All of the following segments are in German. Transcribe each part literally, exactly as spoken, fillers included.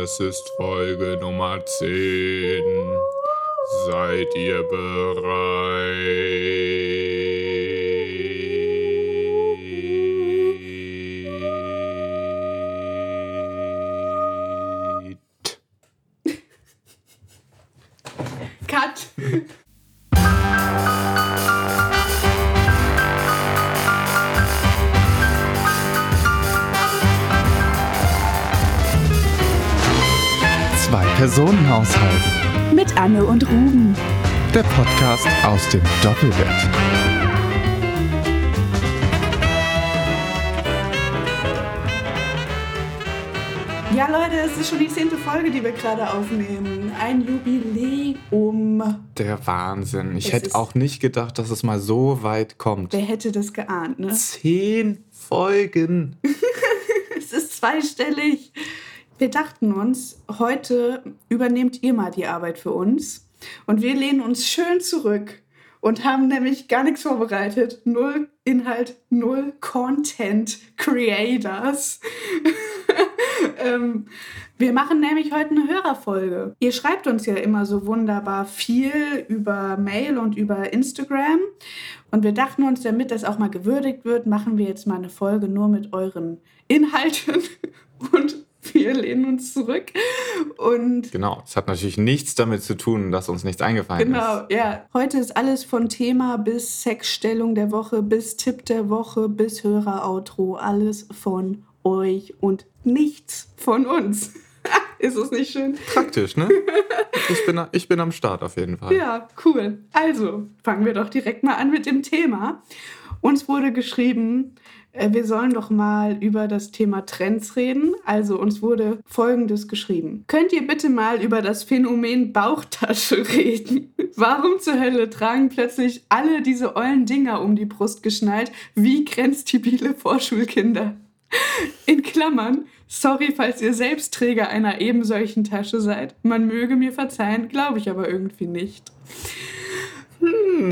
Es ist Folge Nummer zehn. Seid ihr bereit? Cut! Zwei-Personen-Haushalt. Mit Anne und Ruben. Der Podcast aus dem Doppelbett. Ja, Leute, es ist schon die zehnte Folge, die wir gerade aufnehmen. Ein Jubiläum. Der Wahnsinn. Ich Es hätte ist- auch nicht gedacht, dass es mal so weit kommt. Wer hätte das geahnt, ne? Zehn Folgen. Es ist zweistellig. Wir dachten uns, heute übernehmt ihr mal die Arbeit für uns. Und wir lehnen uns schön zurück und haben nämlich gar nichts vorbereitet. Null Inhalt, null Content Creators. ähm, wir machen nämlich heute eine Hörerfolge. Ihr schreibt uns ja immer so wunderbar viel über Mail und über Instagram. Und wir dachten uns, damit das auch mal gewürdigt wird, machen wir jetzt mal eine Folge nur mit euren Inhalten. Und wir lehnen uns zurück. Und Genau, es hat natürlich nichts damit zu tun, dass uns nichts eingefallen genau, ist. ja. Heute ist alles von Thema bis Sexstellung der Woche, bis Tipp der Woche, bis Hörer-Outro. Alles von euch und nichts von uns. Ist es nicht schön? Praktisch, ne? Ich bin, ich bin am Start auf jeden Fall. Ja, cool. Also, fangen wir doch direkt mal an mit dem Thema. Uns wurde geschrieben, äh, wir sollen doch mal über das Thema Trends reden. Also, uns wurde Folgendes geschrieben. Könnt ihr bitte mal über das Phänomen Bauchtasche reden? Warum zur Hölle tragen plötzlich alle diese ollen Dinger um die Brust geschnallt wie grenztibile Vorschulkinder? In Klammern, sorry, falls ihr selbst Träger einer eben solchen Tasche seid. Man möge mir verzeihen, glaube ich aber irgendwie nicht. Hm.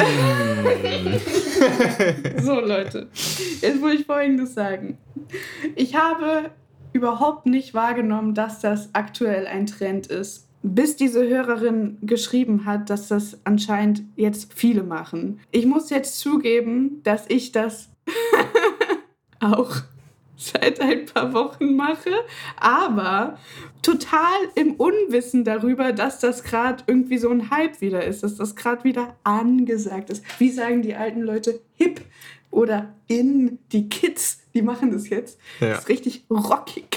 So, Leute, jetzt muss ich Folgendes sagen. Ich habe überhaupt nicht wahrgenommen, dass das aktuell ein Trend ist. Bis diese Hörerin geschrieben hat, dass das anscheinend jetzt viele machen. Ich muss jetzt zugeben, dass ich das auch seit ein paar Wochen mache, aber total im Unwissen darüber, dass das gerade irgendwie so ein Hype wieder ist, dass das gerade wieder angesagt ist. Wie sagen die alten Leute? Hip oder in, die Kids, die machen das jetzt. Ja. Das ist richtig rockig.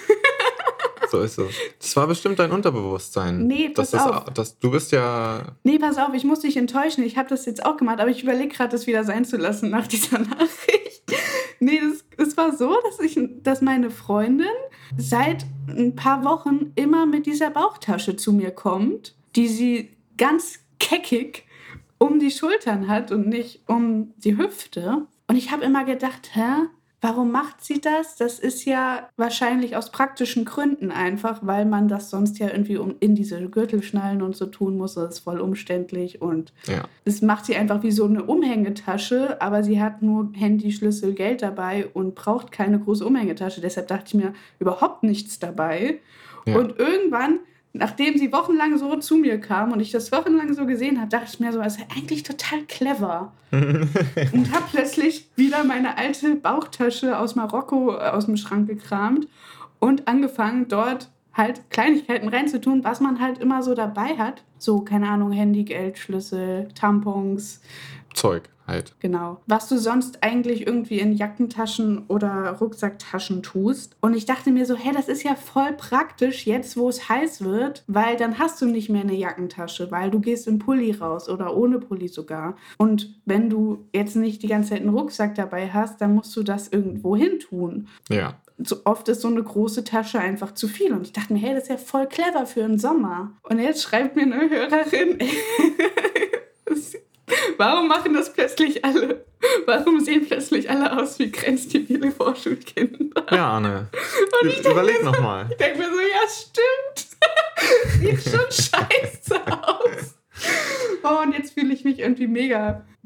So ist es. Das war bestimmt dein Unterbewusstsein. Nee, pass das ist, auf. Das, du bist ja... Nee, pass auf, ich muss dich enttäuschen. Ich habe das jetzt auch gemacht, aber ich überlege gerade, das wieder sein zu lassen nach dieser Nachricht. Nee, das, das war so, dass, ich, dass meine Freundin seit ein paar Wochen immer mit dieser Bauchtasche zu mir kommt, die sie ganz keckig um die Schultern hat und nicht um die Hüfte. Und ich habe immer gedacht, hä? Warum macht sie das? Das ist ja wahrscheinlich aus praktischen Gründen einfach, weil man das sonst ja irgendwie um in diese Gürtelschnallen und so tun muss. Das ist voll umständlich und Ja. das macht sie einfach wie so eine Umhängetasche, aber sie hat nur Handy, Schlüssel, Geld dabei und braucht keine große Umhängetasche. Deshalb dachte ich mir, überhaupt nichts dabei. Ja. Und irgendwann, nachdem sie wochenlang so zu mir kam und ich das wochenlang so gesehen habe, dachte ich mir so, das ist eigentlich total clever. Und habe plötzlich wieder meine alte Bauchtasche aus Marokko äh, aus dem Schrank gekramt und angefangen, dort halt Kleinigkeiten reinzutun, was man halt immer so dabei hat. So, keine Ahnung, Handy, Geld, Schlüssel, Tampons, Zeug halt. genau. Was du sonst eigentlich irgendwie in Jackentaschen oder Rucksacktaschen tust. Und ich dachte mir so, hey, das ist ja voll praktisch jetzt, wo es heiß wird, weil dann hast du nicht mehr eine Jackentasche, weil du gehst im Pulli raus oder ohne Pulli sogar. Und wenn du jetzt nicht die ganze Zeit einen Rucksack dabei hast, dann musst du das irgendwo hin tun. Ja. So oft ist so eine große Tasche einfach zu viel. Und ich dachte mir, hey, das ist ja voll clever für den Sommer. Und jetzt schreibt mir eine Hörerin, warum machen das plötzlich alle? Warum sehen plötzlich alle aus wie grenztibile Vorschulkinder? Ja, Anne. Und ich denk Überleg mir so- nochmal. Ich denke mir so, ja, stimmt. Sieht schon scheiße aus. Oh, und jetzt fühle ich mich irgendwie mega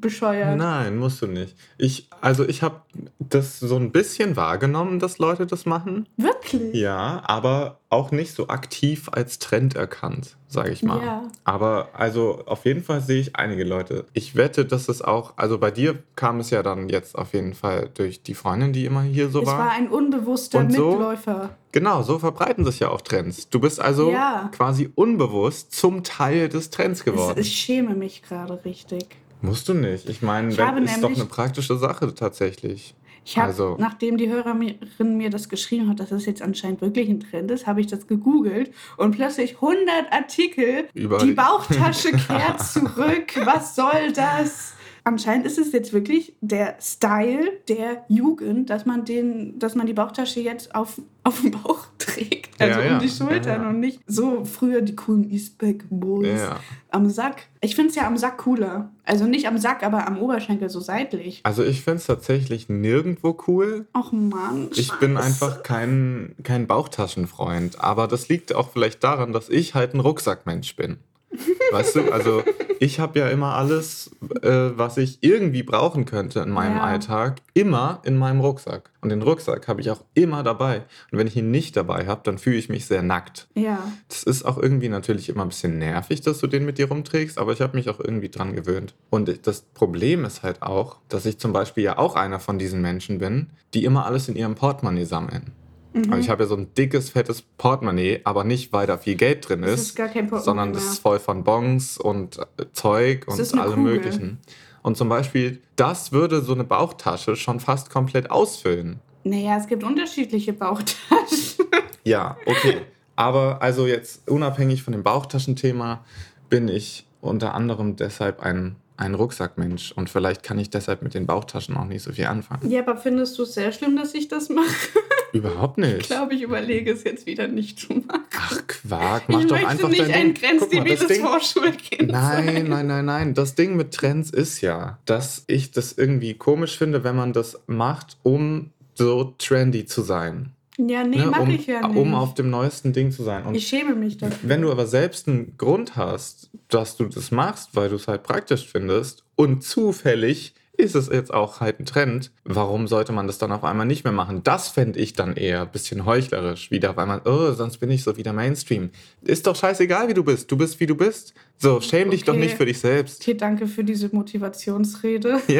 bescheuert. Nein, musst du nicht. Ich, also ich habe das so ein bisschen wahrgenommen, dass Leute das machen. Wirklich? Ja, aber auch nicht so aktiv als Trend erkannt, sage ich mal. Ja. Aber also auf jeden Fall sehe ich einige Leute. Ich wette, dass es auch, also bei dir kam es ja dann jetzt auf jeden Fall durch die Freundin, die immer hier so Es war. war ein unbewusster Und so? Mitläufer. Genau, so verbreiten sich ja auch Trends. Du bist also Ja. quasi unbewusst zum Teil des Trends Es, geworden. ich schäme mich gerade richtig. Musst du nicht. Ich meine, Ich wenn- habe ist doch nämlich- eine praktische Sache tatsächlich. Ich habe, Also- nachdem die Hörerin mir das geschrieben hat, dass es jetzt anscheinend wirklich ein Trend ist, habe ich das gegoogelt und plötzlich hundert Artikel, Über- die Bauchtasche kehrt zurück, was soll das? Anscheinend ist es jetzt wirklich der Style der Jugend, dass man, den, dass man die Bauchtasche jetzt auf, auf dem Bauch trägt, also Ja, ja. um die Schultern Ja, ja. und nicht so früher die coolen Eastpak Boys Ja. am Sack. Ich finde es ja am Sack cooler. Also nicht am Sack, aber am Oberschenkel so seitlich. Also ich finde es tatsächlich nirgendwo cool. Och Mann, Ich bin Scheiße. einfach kein, kein Bauchtaschenfreund. Aber das liegt auch vielleicht daran, dass ich halt ein Rucksackmensch bin. Weißt du, also ich habe ja immer alles, äh, was ich irgendwie brauchen könnte in meinem Ja. Alltag, immer in meinem Rucksack. Und den Rucksack habe ich auch immer dabei. Und wenn ich ihn nicht dabei habe, dann fühle ich mich sehr nackt. Ja. Das ist auch irgendwie natürlich immer ein bisschen nervig, dass du den mit dir rumträgst, aber ich habe mich auch irgendwie dran gewöhnt. Und das Problem ist halt auch, dass ich zum Beispiel ja auch einer von diesen Menschen bin, die immer alles in ihrem Portemonnaie sammeln. Mhm. Also ich habe ja so ein dickes, fettes Portemonnaie, aber nicht, weil da viel Geld drin Das ist, ist gar kein Portemonnaie sondern das mehr. ist voll von Bons und äh, Zeug Das und ist eine allem Kugel. Möglichen. Und zum Beispiel, das würde so eine Bauchtasche schon fast komplett ausfüllen. Naja, es gibt unterschiedliche Bauchtaschen. Ja, okay. Aber also jetzt unabhängig von dem Bauchtaschenthema bin ich unter anderem deshalb ein, ein Rucksackmensch. Und vielleicht kann ich deshalb mit den Bauchtaschen auch nicht so viel anfangen. Ja, aber findest du es sehr schlimm, dass ich das mache? Überhaupt Ich nicht. glaube, ich überlege es jetzt wieder nicht zu machen. Ach, Quark, mach ich doch möchte einfach nicht dein ein Ding. Guck mal, das grenzdebiles Ding, Vorschulkind Nein, sein. nein, nein, nein. Das Ding mit Trends ist ja, dass ich das irgendwie komisch finde, wenn man das macht, um so trendy zu sein. Ja, nee, Ne? mache um, ich ja nicht. um auf dem neuesten Ding zu sein. Und ich schäme mich dafür. wenn du aber selbst einen Grund hast, dass du das machst, weil du es halt praktisch findest und zufällig ist es jetzt auch halt ein Trend, warum sollte man das dann auf einmal nicht mehr machen? Das fände ich dann eher ein bisschen heuchlerisch wieder, weil man, oh, sonst bin ich so wieder Mainstream. Ist doch scheißegal, wie du bist. Du bist, wie du bist. So, schäm dich doch Okay. nicht für dich selbst. Okay, danke für diese Motivationsrede. Ja.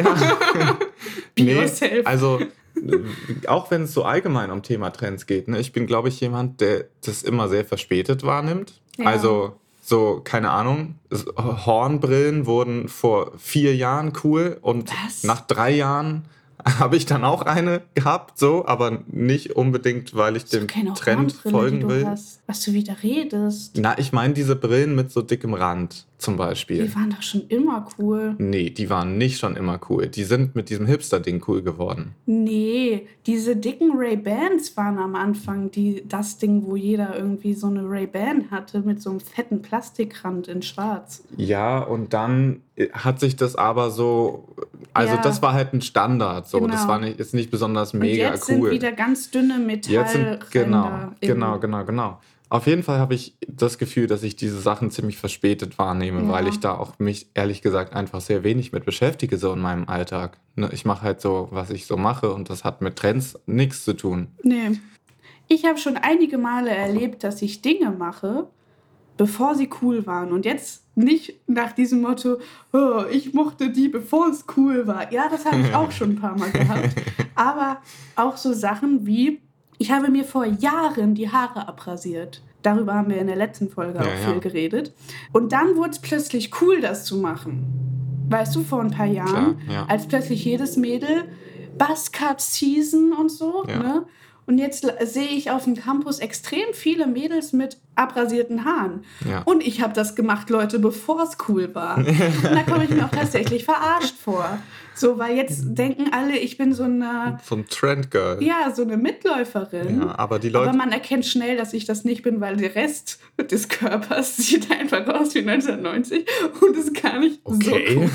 Be nee, yourself. also äh, auch wenn es so allgemein um Thema Trends geht, ne, ich bin, glaube ich, jemand, der das immer sehr verspätet wahrnimmt. Ja. Also so, keine Ahnung, s- Hornbrillen wurden vor vier Jahren cool und Was? nach drei Jahren habe ich dann auch eine gehabt, so, aber nicht unbedingt, weil ich So dem keine Trend Hornbrille, folgen die du will. hast. Was du wieder redest. Na, ich meine diese Brillen mit so dickem Rand zum Beispiel. Die waren doch schon immer cool. Nee, die waren nicht schon immer cool. Die sind mit diesem Hipster-Ding cool geworden. Nee, diese dicken Ray-Bans waren am Anfang die, das Ding, wo jeder irgendwie so eine Ray-Ban hatte mit so einem fetten Plastikrand in schwarz. Ja, und dann äh, hat sich das aber so, also Ja. das war halt ein Standard, so, Genau. das war nicht, ist nicht besonders Und mega jetzt cool. sind wieder ganz dünne Jetzt Metallränder. sind, genau, im- genau, genau, genau. Auf jeden Fall habe ich das Gefühl, dass ich diese Sachen ziemlich verspätet wahrnehme, Ja. weil ich da auch mich ehrlich gesagt einfach sehr wenig mit beschäftige, so in meinem Alltag. Ne, ich mache halt so, was ich so mache und das hat mit Trends nichts zu tun. Nee. Ich habe schon einige Male erlebt, dass ich Dinge mache, bevor sie cool waren. Und jetzt nicht nach diesem Motto, oh, ich mochte die, bevor es cool war. Ja, das habe ich auch schon ein paar Mal gehabt. Aber auch so Sachen wie, ich habe mir vor Jahren die Haare abrasiert. Darüber haben wir in der letzten Folge Ja, auch ja. viel geredet. Und dann wurde es plötzlich cool, das zu machen. Weißt du, vor ein paar Jahren, Klar, ja. als plötzlich jedes Mädel Buzzcut Season und so, Ja. ne? Und jetzt l- sehe ich auf dem Campus extrem viele Mädels mit abrasierten Haaren. Ja. Und ich habe das gemacht, Leute, bevor es cool war. Und da komme ich mir auch tatsächlich verarscht vor. So, weil jetzt denken alle, ich bin so eine, So ein Trendgirl. ja, so eine Mitläuferin. Ja, aber die Leute. Aber man erkennt schnell, dass ich das nicht bin, weil der Rest des Körpers sieht einfach aus wie neunzehnhundertneunzig und ist gar nicht Okay. so cool.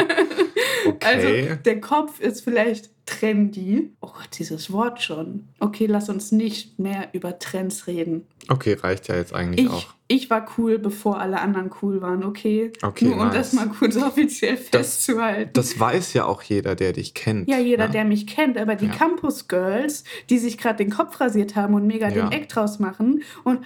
Okay. Also der Kopf ist vielleicht trendy. Oh Gott, dieses Wort schon. Okay, lass uns nicht mehr über Trends reden. Okay, reicht ja jetzt eigentlich Ich auch. ich war cool, bevor alle anderen cool waren, okay? Okay, Nur um nice. das mal kurz offiziell festzuhalten. Das weiß ja auch jeder, der dich kennt. Ja, jeder, ne? der mich kennt, aber die Ja. Campus Girls, die sich gerade den Kopf rasiert haben und mega Ja. den Eck draus machen und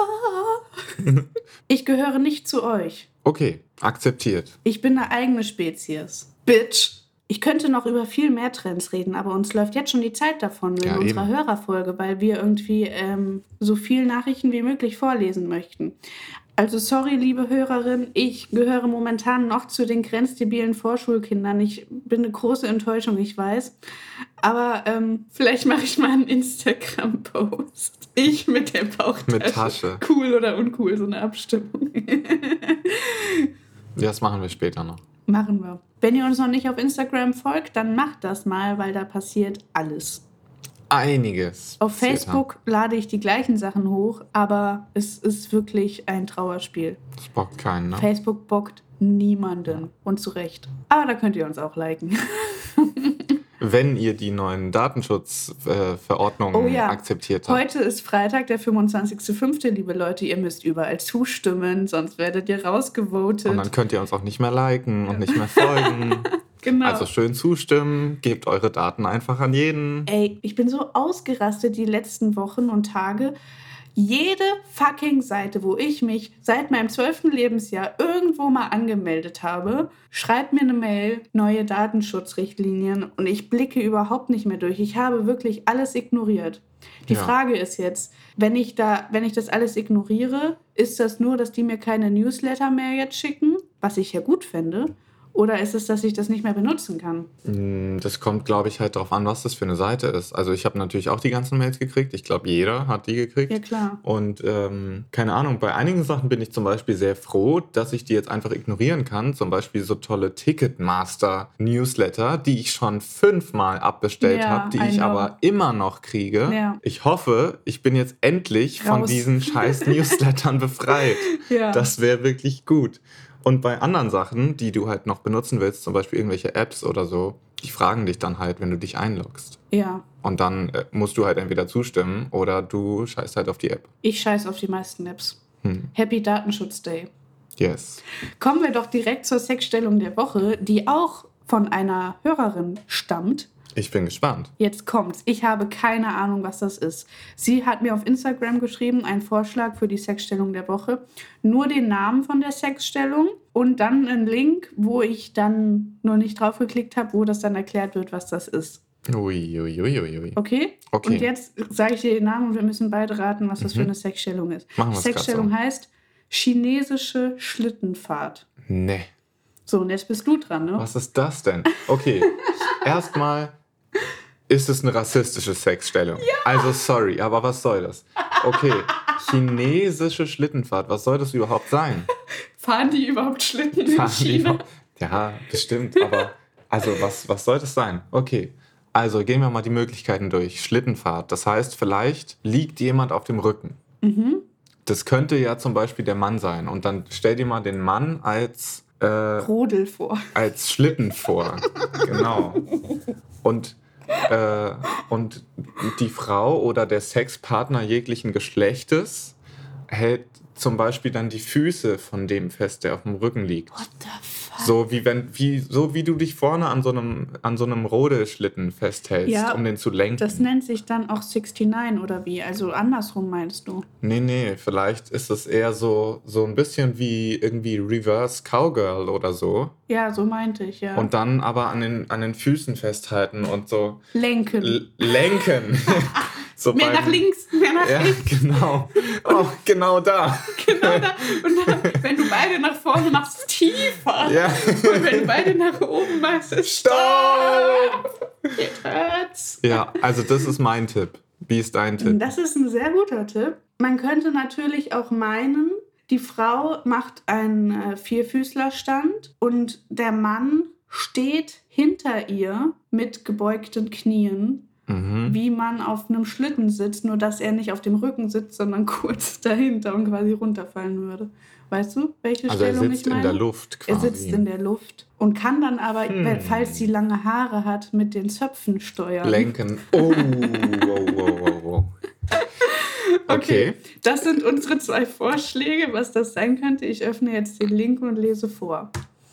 ich gehöre nicht zu euch. Okay, akzeptiert. Ich bin eine eigene Spezies. Bitch. Ich könnte noch über viel mehr Trends reden, aber uns läuft jetzt schon die Zeit davon in Ja, unserer eben. Hörerfolge, weil wir irgendwie ähm, so viel Nachrichten wie möglich vorlesen möchten. Also sorry, liebe Hörerin, ich gehöre momentan noch zu den grenzdebilen Vorschulkindern. Ich bin eine große Enttäuschung, ich weiß. Aber ähm, vielleicht mache ich mal einen Instagram-Post. Ich mit der Bauchtasche. Mit Tasche. Cool oder uncool, so eine Abstimmung. Das machen wir später noch. Machen wir. Wenn ihr uns noch nicht auf Instagram folgt, dann macht das mal, weil da passiert alles. Einiges. Auf passiert Facebook lade ich die gleichen Sachen hoch, aber es ist wirklich ein Trauerspiel. da. Das bockt keinen, ne? Facebook bockt niemanden. Und zu Recht. Aber da könnt ihr uns auch liken. Wenn ihr die neuen Datenschutzverordnungen Oh ja. akzeptiert habt. Heute ist Freitag, der fünfundzwanzigster fünfte Liebe Leute. Ihr müsst überall zustimmen, sonst werdet ihr rausgevotet. Und dann könnt ihr uns auch nicht mehr liken und nicht mehr folgen. Genau. Also schön zustimmen, gebt eure Daten einfach an jeden. Ey, ich bin so ausgerastet die letzten Wochen und Tage. Jede fucking Seite, wo ich mich seit meinem zwölften Lebensjahr irgendwo mal angemeldet habe, schreibt mir eine Mail, neue Datenschutzrichtlinien und ich blicke überhaupt nicht mehr durch. Ich habe wirklich alles ignoriert. Die Ja. Frage ist jetzt, wenn ich da, wenn ich das alles ignoriere, ist das nur, dass die mir keine Newsletter mehr jetzt schicken, was ich ja gut fände? Oder ist es, dass ich das nicht mehr benutzen kann? Mm, Das kommt, glaube ich, halt darauf an, was das für eine Seite ist. Also ich habe natürlich auch die ganzen Mails gekriegt. Ich glaube, jeder hat die gekriegt. Ja, klar. Und ähm, keine Ahnung, bei einigen Sachen bin ich zum Beispiel sehr froh, dass ich die jetzt einfach ignorieren kann. Zum Beispiel so tolle Ticketmaster-Newsletter, die ich schon fünfmal abbestellt Ja, habe, die I ich know. aber immer noch kriege. Ja. Ich hoffe, ich bin jetzt endlich von Raus. diesen scheiß Newslettern befreit. Ja. Das wäre wirklich gut. Und bei anderen Sachen, die du halt noch benutzen willst, zum Beispiel irgendwelche Apps oder so, die fragen dich dann halt, wenn du dich einloggst. Ja. Und dann äh, musst du halt entweder zustimmen oder du scheißt halt auf die App. Ich scheiß auf die meisten Apps. Hm. Happy Datenschutz Day. Yes. Kommen wir doch direkt zur Sexstellung der Woche, die auch von einer Hörerin stammt. Ich bin gespannt. Jetzt kommt's. Ich habe keine Ahnung, was das ist. Sie hat mir auf Instagram geschrieben, einen Vorschlag für die Sexstellung der Woche. Nur den Namen von der Sexstellung und dann einen Link, wo ich dann nur nicht drauf geklickt habe, wo das dann erklärt wird, was das ist. Ui, ui, ui, ui, ui. Okay? Okay. Und jetzt sage ich dir den Namen und wir müssen beide raten, was das für eine Sexstellung ist. Machen Die wir's grad Sexstellung so. heißt chinesische Schlittenfahrt. Nee. So, und jetzt bist du dran, ne? Was ist das denn? Okay. Erstmal ist es eine rassistische Sexstellung. Ja. Also sorry, aber was soll das? Okay. Chinesische Schlittenfahrt. Was soll das überhaupt sein? Fahren die überhaupt Schlitten in Fahren die China? überhaupt- Ja, bestimmt. Aber also was, was soll das sein? Okay. Also gehen wir mal die Möglichkeiten durch. Schlittenfahrt. Das heißt, vielleicht liegt jemand auf dem Rücken. Mhm. Das könnte ja zum Beispiel der Mann sein. Und dann stell dir mal den Mann als, äh, Rodel vor. als Schlitten vor. Genau. Und, äh, und die Frau oder der Sexpartner jeglichen Geschlechtes hält zum Beispiel dann die Füße von dem fest, der auf dem Rücken liegt. What the fuck? So wie wenn, wie, so wie du dich vorne an so einem, an so einem Rodelschlitten festhältst, Ja, um den zu lenken. Das nennt sich dann auch neunundsechzig oder wie? Also andersrum meinst du? Nee, nee, vielleicht ist es eher so, so ein bisschen wie irgendwie Reverse Cowgirl oder so. Ja, so meinte ich, ja. Und dann aber an den, an den Füßen festhalten und so lenken. l- lenken. so mehr beim- nach links, mehr nach Ja, rechts. genau. Oh, genau da. Genau da. Und dann, wenn du beide nach vorne machst, tiefer. Ja. Und wenn du beide nach oben machst, ist Stopp! Jetzt hört's. Ja, also das ist mein Tipp. Wie ist dein Tipp? Das ist ein sehr guter Tipp. Man könnte natürlich auch meinen, die Frau macht einen äh, Vierfüßlerstand und der Mann steht hinter ihr mit gebeugten Knien, Mhm. wie man auf einem Schlitten sitzt, nur dass er nicht auf dem Rücken sitzt, sondern kurz dahinter und quasi runterfallen würde. Weißt du, welche Also er Stellung sitzt ich meine? in der Luft Er quasi. sitzt in der Luft und kann dann aber, Hm. wenn- falls sie lange Haare hat, mit den Zöpfen steuern. Lenken. Oh, wow, wow, wow, wow. Okay. Das sind unsere zwei Vorschläge, was das sein könnte. Ich öffne jetzt den Link und lese vor.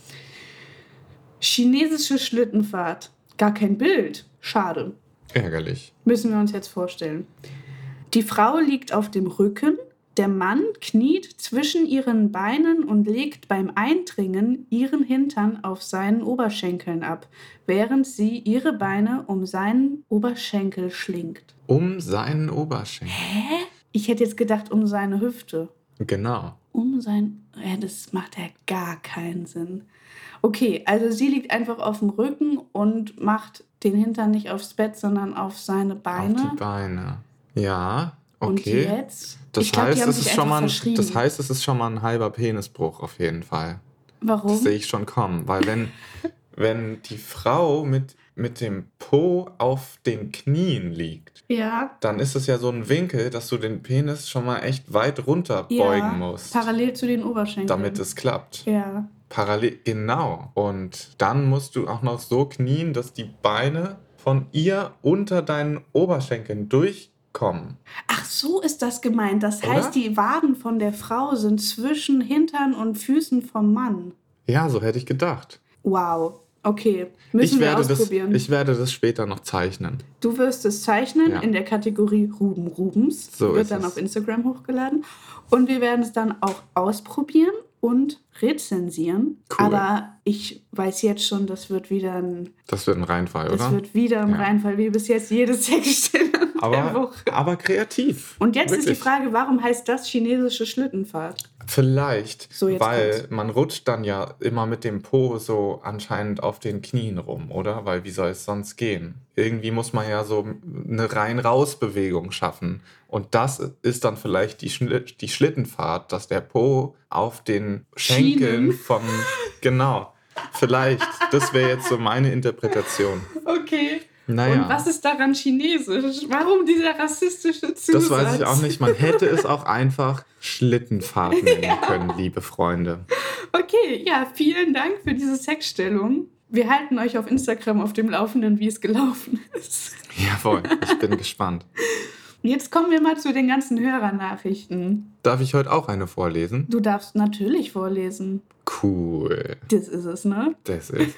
Chinesische Schlittenfahrt. Gar kein Bild. Schade. Ärgerlich. Müssen wir uns jetzt vorstellen. Die Frau liegt auf dem Rücken, der Mann kniet zwischen ihren Beinen und legt beim Eindringen ihren Hintern auf seinen Oberschenkeln ab, während sie ihre Beine um seinen Oberschenkel schlingt. Um seinen Oberschenkel. Hä? Ich hätte jetzt gedacht, um seine Hüfte. Genau. Um sein... Ja, das macht ja gar keinen Sinn. Okay, also sie liegt einfach auf dem Rücken und macht den Hintern nicht aufs Bett, sondern auf seine Beine. Auf die Beine. Ja, okay. Und jetzt? Das Ich glaub, heißt, die haben es sich ist schon einfach mal, verschrieben. das heißt, es ist schon mal ein halber Penisbruch auf jeden Fall. Warum? Das sehe ich schon kommen. Weil wenn, wenn die Frau mit, mit dem Po auf den Knien liegt, Ja, dann ist es ja so ein Winkel, dass du den Penis schon mal echt weit runter ja, beugen musst, parallel zu den Oberschenkeln. damit es klappt. Ja, Parallel, genau. Und dann musst du auch noch so knien, dass die Beine von ihr unter deinen Oberschenkeln durchkommen. ach so ist das gemeint. Das Oder? heißt, die Waden von der Frau sind zwischen Hintern und Füßen vom Mann. Ja, so hätte ich gedacht. Wow, okay, müssen ich, wir werde das, ausprobieren. ich werde das später noch zeichnen. Du wirst es zeichnen Ja. in der Kategorie Ruben Rubens. So Wird ist dann es. auf Instagram hochgeladen. Und wir werden es dann auch ausprobieren und rezensieren. Cool. Aber ich weiß jetzt schon, das wird wieder ein, Das wird ein Reinfall, das oder? wird wieder ein Ja. Reinfall, wie bis jetzt jedes Sexstelle der aber, Woche. aber kreativ. Und jetzt ist die Wirklich. Frage, warum heißt das chinesische Schlittenfahrt? Vielleicht, So, jetzt weil kommt's. man rutscht dann ja immer mit dem Po so anscheinend auf den Knien rum, oder? Weil wie soll es sonst gehen? Irgendwie muss man ja so eine Rein-Raus-Bewegung schaffen. Und das ist dann vielleicht die, Schli- die Schlittenfahrt, dass der Po auf den Schenkeln Schienen. vom... Genau, vielleicht. Das wäre jetzt so meine Interpretation. Okay. Naja. Und was ist daran chinesisch? Warum dieser rassistische Zusatz? Das weiß ich auch nicht. Man hätte es auch einfach Schlittenfahrt nennen können, liebe Freunde. Okay, ja, vielen Dank für diese Sexstellung. Wir halten euch auf Instagram auf dem Laufenden, wie es gelaufen ist. Jawohl, ich bin gespannt. Jetzt kommen wir mal zu den ganzen Hörernachrichten. Darf ich heute auch eine vorlesen? Du darfst natürlich vorlesen. Cool. Das ist es, ne? Das ist es.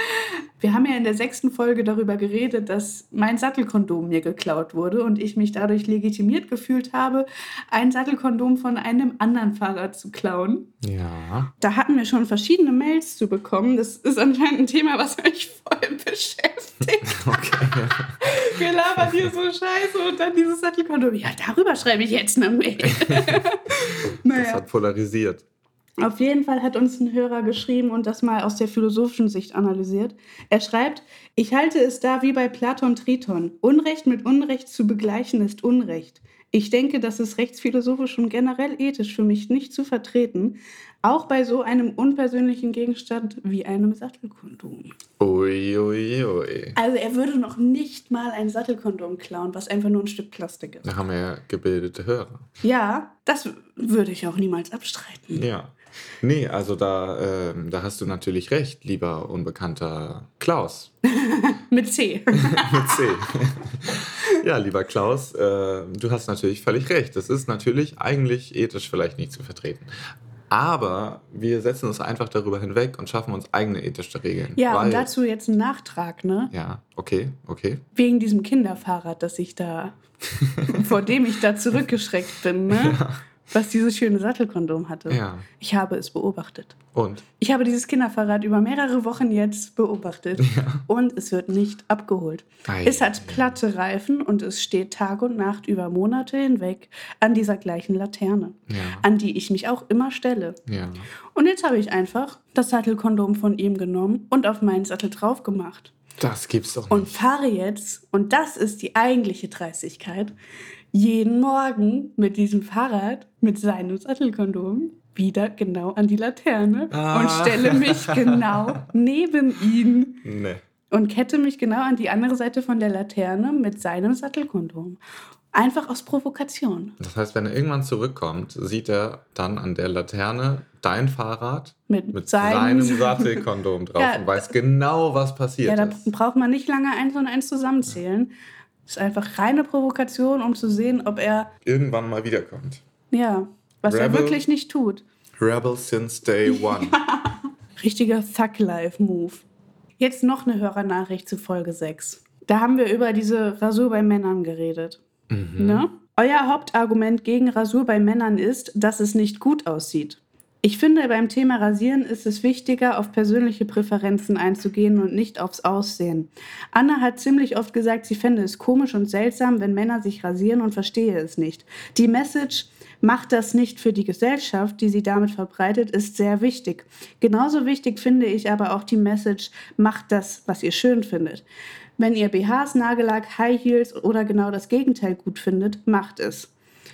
Wir haben ja in der sechsten Folge darüber geredet, dass mein Sattelkondom mir geklaut wurde und ich mich dadurch legitimiert gefühlt habe, ein Sattelkondom von einem anderen Fahrer zu klauen. Ja. Da hatten wir schon verschiedene Mails zu bekommen. Das ist anscheinend ein Thema, was euch voll beschäftigt. Okay. Wir labern hier so scheiße und dann dieses Sattelkondom. Ja, darüber schreibe ich jetzt eine Mail. Das Naja. hat polarisiert. Auf jeden Fall hat uns ein Hörer geschrieben und das mal aus der philosophischen Sicht analysiert. Er schreibt, ich halte es da wie bei Platon Triton. Unrecht mit Unrecht zu begleichen ist Unrecht. Ich denke, das ist rechtsphilosophisch und generell ethisch für mich nicht zu vertreten, auch bei so einem unpersönlichen Gegenstand wie einem Sattelkondom. Ui, ui, ui. Also er würde noch nicht mal ein Sattelkondom klauen, was einfach nur ein Stück Plastik ist. Da haben wir ja gebildete Hörer. Ja, das würde ich auch niemals abstreiten. Ja. Nee, also da, ähm, da hast du natürlich recht, lieber unbekannter Klaus. Mit C. Mit C. Ja, lieber Klaus, äh, du hast natürlich völlig recht. Das ist natürlich eigentlich ethisch vielleicht nicht zu vertreten. Aber wir setzen uns einfach darüber hinweg und schaffen uns eigene ethische Regeln. Ja, weil, und dazu jetzt ein Nachtrag, ne? Ja, okay, okay. Wegen diesem Kinderfahrrad, das ich da, vor dem ich da zurückgeschreckt bin, ne? Ja. Was dieses schöne Sattelkondom hatte. Ja. Ich habe es beobachtet. Und? Ich habe dieses Kinderfahrrad über mehrere Wochen jetzt beobachtet und es wird nicht abgeholt. Ei. Es hat platte Reifen und es steht Tag und Nacht über Monate hinweg an dieser gleichen Laterne, Ja. an die ich mich auch immer stelle. Ja. Und jetzt habe ich einfach das Sattelkondom von ihm genommen und auf meinen Sattel drauf gemacht. Das gibt's doch nicht. Und fahre jetzt, und das ist die eigentliche Dreistigkeit, jeden Morgen mit diesem Fahrrad, mit seinem Sattelkondom, wieder genau an die Laterne Ah. und stelle mich genau neben ihn Nee. und kette mich genau an die andere Seite von der Laterne mit seinem Sattelkondom. Einfach aus Provokation. Das heißt, wenn er irgendwann zurückkommt, sieht er dann an der Laterne dein Fahrrad Mit mit seinem- seinem Sattelkondom drauf Ja. und weiß genau, was passiert Ja, da ist. braucht man nicht lange eins und eins zusammenzählen. Ist einfach reine Provokation, um zu sehen, ob er, Irgendwann mal wiederkommt. ja, was er Rebel. wirklich nicht tut. Rebel since day one. Richtiger Thug-Life-Move. Jetzt noch eine Hörernachricht zu Folge sechs. Da haben wir über diese Rasur bei Männern geredet. Mhm. Ne? Euer Hauptargument gegen Rasur bei Männern ist, dass es nicht gut aussieht. Ich finde, beim Thema Rasieren ist es wichtiger, auf persönliche Präferenzen einzugehen und nicht aufs Aussehen. Anna hat ziemlich oft gesagt, sie fände es komisch und seltsam, wenn Männer sich rasieren und verstehe es nicht. Die Message, macht das nicht für die Gesellschaft, die sie damit verbreitet, ist sehr wichtig. Genauso wichtig finde ich aber auch die Message, macht das, was ihr schön findet. Wenn ihr B Hs, Nagellack, High Heels oder genau das Gegenteil gut findet, macht es.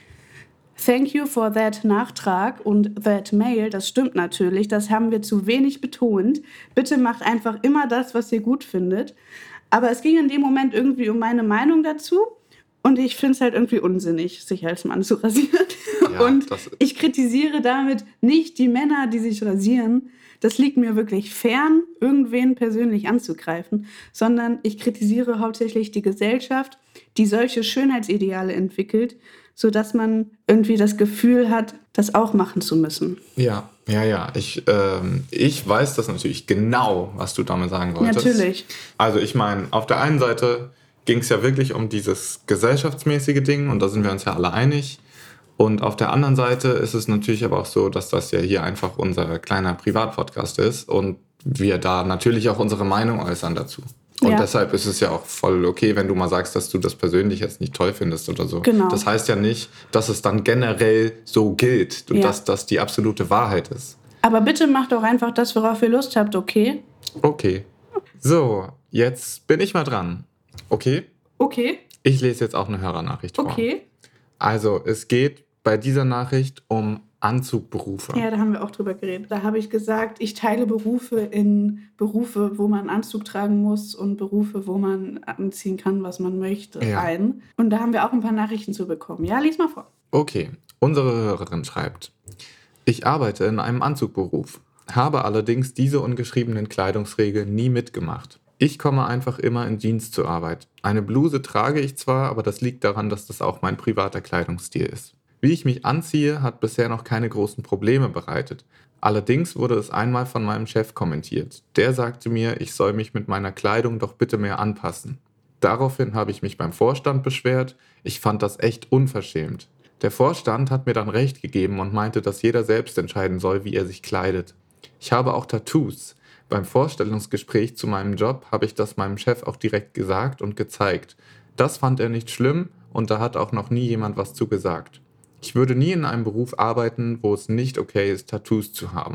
Thank you for that Nachtrag und that Mail, das stimmt natürlich, das haben wir zu wenig betont. Bitte macht einfach immer das, was ihr gut findet. Aber es ging in dem Moment irgendwie um meine Meinung dazu und ich finde es halt irgendwie unsinnig, sich als Mann zu rasieren. Ja, und das- ich kritisiere damit nicht die Männer, die sich rasieren. Das liegt mir wirklich fern, irgendwen persönlich anzugreifen, sondern ich kritisiere hauptsächlich die Gesellschaft, die solche Schönheitsideale entwickelt, sodass man irgendwie das Gefühl hat, das auch machen zu müssen. Ja, ja, ja. Ich, ähm, ich weiß das natürlich genau, was du damit sagen wolltest. Natürlich. Also ich meine, auf der einen Seite ging es ja wirklich um dieses gesellschaftsmäßige Ding und da sind wir uns ja alle einig. Und auf der anderen Seite ist es natürlich aber auch so, dass das ja hier einfach unser kleiner Privatpodcast ist und wir da natürlich auch unsere Meinung äußern dazu. Und Ja. deshalb ist es ja auch voll okay, wenn du mal sagst, dass du das persönlich jetzt nicht toll findest oder so. Genau. Das heißt ja nicht, dass es dann generell so gilt und Ja. dass das die absolute Wahrheit ist. Aber bitte macht doch einfach das, worauf ihr Lust habt, okay? Okay. So, jetzt bin ich mal dran. Okay? Okay, Ich lese jetzt auch eine Hörernachricht vor. okay. Also, es geht bei dieser Nachricht um Anzugberufe. Ja, da haben wir auch drüber geredet. Da habe ich gesagt, ich teile Berufe in Berufe, wo man einen Anzug tragen muss und Berufe, wo man anziehen kann, was man möchte, Ja. ein. Und da haben wir auch ein paar Nachrichten zu bekommen. Ja, lies mal vor. Okay, unsere Hörerin schreibt: Ich arbeite in einem Anzugberuf, habe allerdings diese ungeschriebenen Kleidungsregeln nie mitgemacht. Ich komme einfach immer in Jeans zur Arbeit. Eine Bluse trage ich zwar, aber das liegt daran, dass das auch mein privater Kleidungsstil ist. Wie ich mich anziehe, hat bisher noch keine großen Probleme bereitet. Allerdings wurde es einmal von meinem Chef kommentiert. Der sagte mir, ich soll mich mit meiner Kleidung doch bitte mehr anpassen. Daraufhin habe ich mich beim Vorstand beschwert. Ich fand das echt unverschämt. Der Vorstand hat mir dann recht gegeben und meinte, dass jeder selbst entscheiden soll, wie er sich kleidet. Ich habe auch Tattoos. Beim Vorstellungsgespräch zu meinem Job habe ich das meinem Chef auch direkt gesagt und gezeigt. Das fand er nicht schlimm und da hat auch noch nie jemand was zu gesagt. Ich würde nie in einem Beruf arbeiten, wo es nicht okay ist, Tattoos zu haben.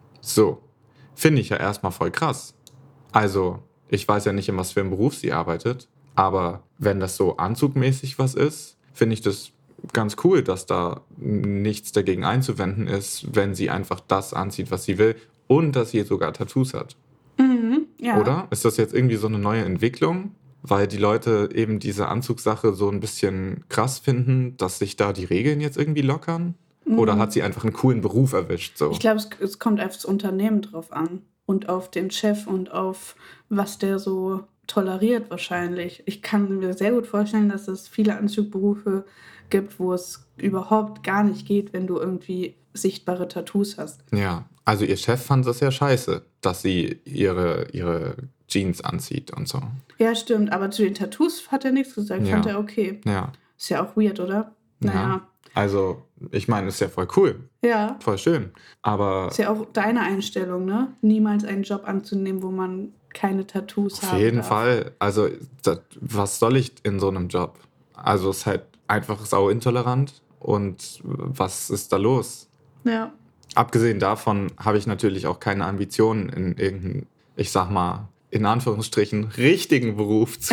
So, finde ich ja erstmal voll krass. Also, ich weiß ja nicht, in was für einem Beruf sie arbeitet, aber wenn das so anzugmäßig was ist, finde ich das ganz cool, dass da nichts dagegen einzuwenden ist, wenn sie einfach das anzieht, was sie will und dass sie sogar Tattoos hat. Mhm, ja. Oder? Ist das jetzt irgendwie so eine neue Entwicklung? Weil die Leute eben diese Anzugssache so ein bisschen krass finden, dass sich da die Regeln jetzt irgendwie lockern? Oder hat sie einfach einen coolen Beruf erwischt? So? Ich glaube, es, es kommt aufs Unternehmen drauf an und auf den Chef und auf was der so toleriert wahrscheinlich. Ich kann mir sehr gut vorstellen, dass es viele Anzugberufe gibt, wo es überhaupt gar nicht geht, wenn du irgendwie sichtbare Tattoos hast. Ja, also ihr Chef fand das ja scheiße, dass sie ihre, ihre Jeans anzieht und so. Ja, stimmt, aber zu den Tattoos hat er nichts gesagt, Ja. fand er okay. Ja, Ist ja auch weird, oder? Naja, ja. Also, ich meine, ist ja voll cool, ja. voll schön. Aber Ist ja auch deine Einstellung, ne? Niemals einen Job anzunehmen, wo man keine Tattoos hat. auf jeden Fall, also das, was soll ich in so einem Job? Also es ist halt einfach sau intolerant und was ist da los? Ja. Abgesehen davon habe ich natürlich auch keine Ambitionen in irgendeinen, ich sag mal, in Anführungsstrichen, richtigen Beruf zu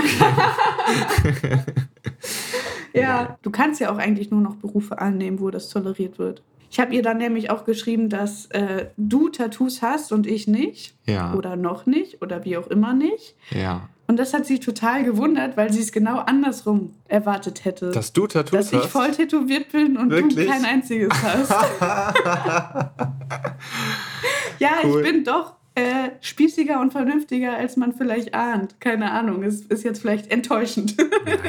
gehen. Ja, du kannst ja auch eigentlich nur noch Berufe annehmen, wo das toleriert wird. Ich habe ihr dann nämlich auch geschrieben, dass äh, du Tattoos hast und ich nicht. Ja. Oder noch nicht oder wie auch immer nicht. Ja. Und das hat sie total gewundert, weil sie es genau andersrum erwartet hätte. Dass du Tattoos dass ich hast? voll tätowiert bin und Wirklich? du kein einziges hast. Ja, Cool. ich bin doch äh, spießiger und vernünftiger, als man vielleicht ahnt. Keine Ahnung, es ist jetzt vielleicht enttäuschend.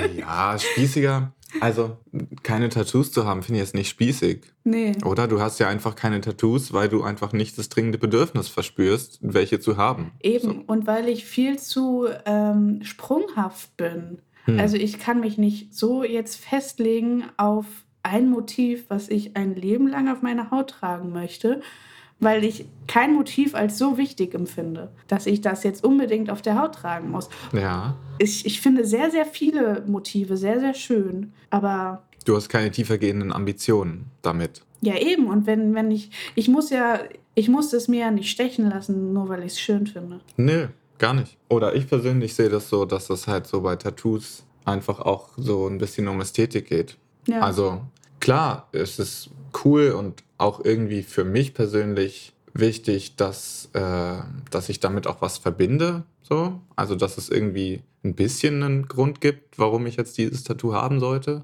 Ja, spießiger. Also, keine Tattoos zu haben, finde ich jetzt nicht spießig. Nee. Oder du hast ja einfach keine Tattoos, weil du einfach nicht das dringende Bedürfnis verspürst, welche zu haben. Eben, So. und weil ich viel zu ähm, sprunghaft bin. Hm. Also ich kann mich nicht so jetzt festlegen auf ein Motiv, was ich ein Leben lang auf meiner Haut tragen möchte, weil ich kein Motiv als so wichtig empfinde, dass ich das jetzt unbedingt auf der Haut tragen muss. Ja. Ich, ich finde sehr, sehr viele Motive sehr, sehr schön, aber Du hast keine tiefergehenden Ambitionen damit. ja eben, und wenn, wenn ich, ich muss ja, ich muss es mir ja nicht stechen lassen, nur weil ich es schön finde. Nö, gar nicht. Oder ich persönlich sehe das so, dass das halt so bei Tattoos einfach auch so ein bisschen um Ästhetik geht. Ja. Also klar, es ist cool und auch irgendwie für mich persönlich wichtig, dass, äh, dass ich damit auch was verbinde. So. Also dass es irgendwie ein bisschen einen Grund gibt, warum ich jetzt dieses Tattoo haben sollte.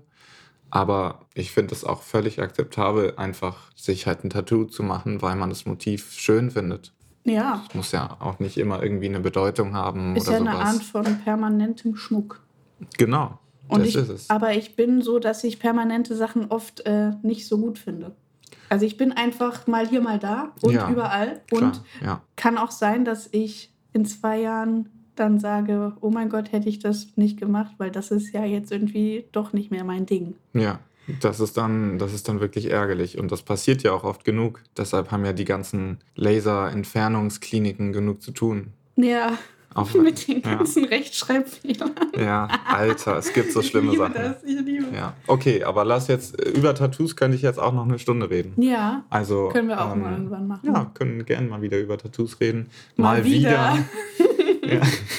Aber ich finde es auch völlig akzeptabel, einfach sich halt ein Tattoo zu machen, weil man das Motiv schön findet. Ja, Es muss ja auch nicht immer irgendwie eine Bedeutung haben ist oder ja eine sowas. Art von permanentem Schmuck. Genau, Und das ich, ist es. Aber ich bin so, dass ich permanente Sachen oft äh, nicht so gut finde. Also ich bin einfach mal hier, mal da und Ja, überall. Klar, Und ja. kann auch sein, dass ich in zwei Jahren dann sage, oh mein Gott, hätte ich das nicht gemacht, weil das ist ja jetzt irgendwie doch nicht mehr mein Ding. Ja, das ist dann, das ist dann wirklich ärgerlich. Und das passiert ja auch oft genug. Deshalb haben ja die ganzen Laserentfernungskliniken genug zu tun. Ja, Auch, mit den ja. ganzen Rechtschreibfehlern. Ja, Alter, es gibt so schlimme ich liebe Sachen. das, ich liebe das. Ja, okay, aber lass jetzt, über Tattoos könnte ich jetzt auch noch eine Stunde reden. Ja, Also, können wir auch ähm, mal irgendwann machen. Ja, können gerne mal wieder über Tattoos reden. Mal wieder. ja.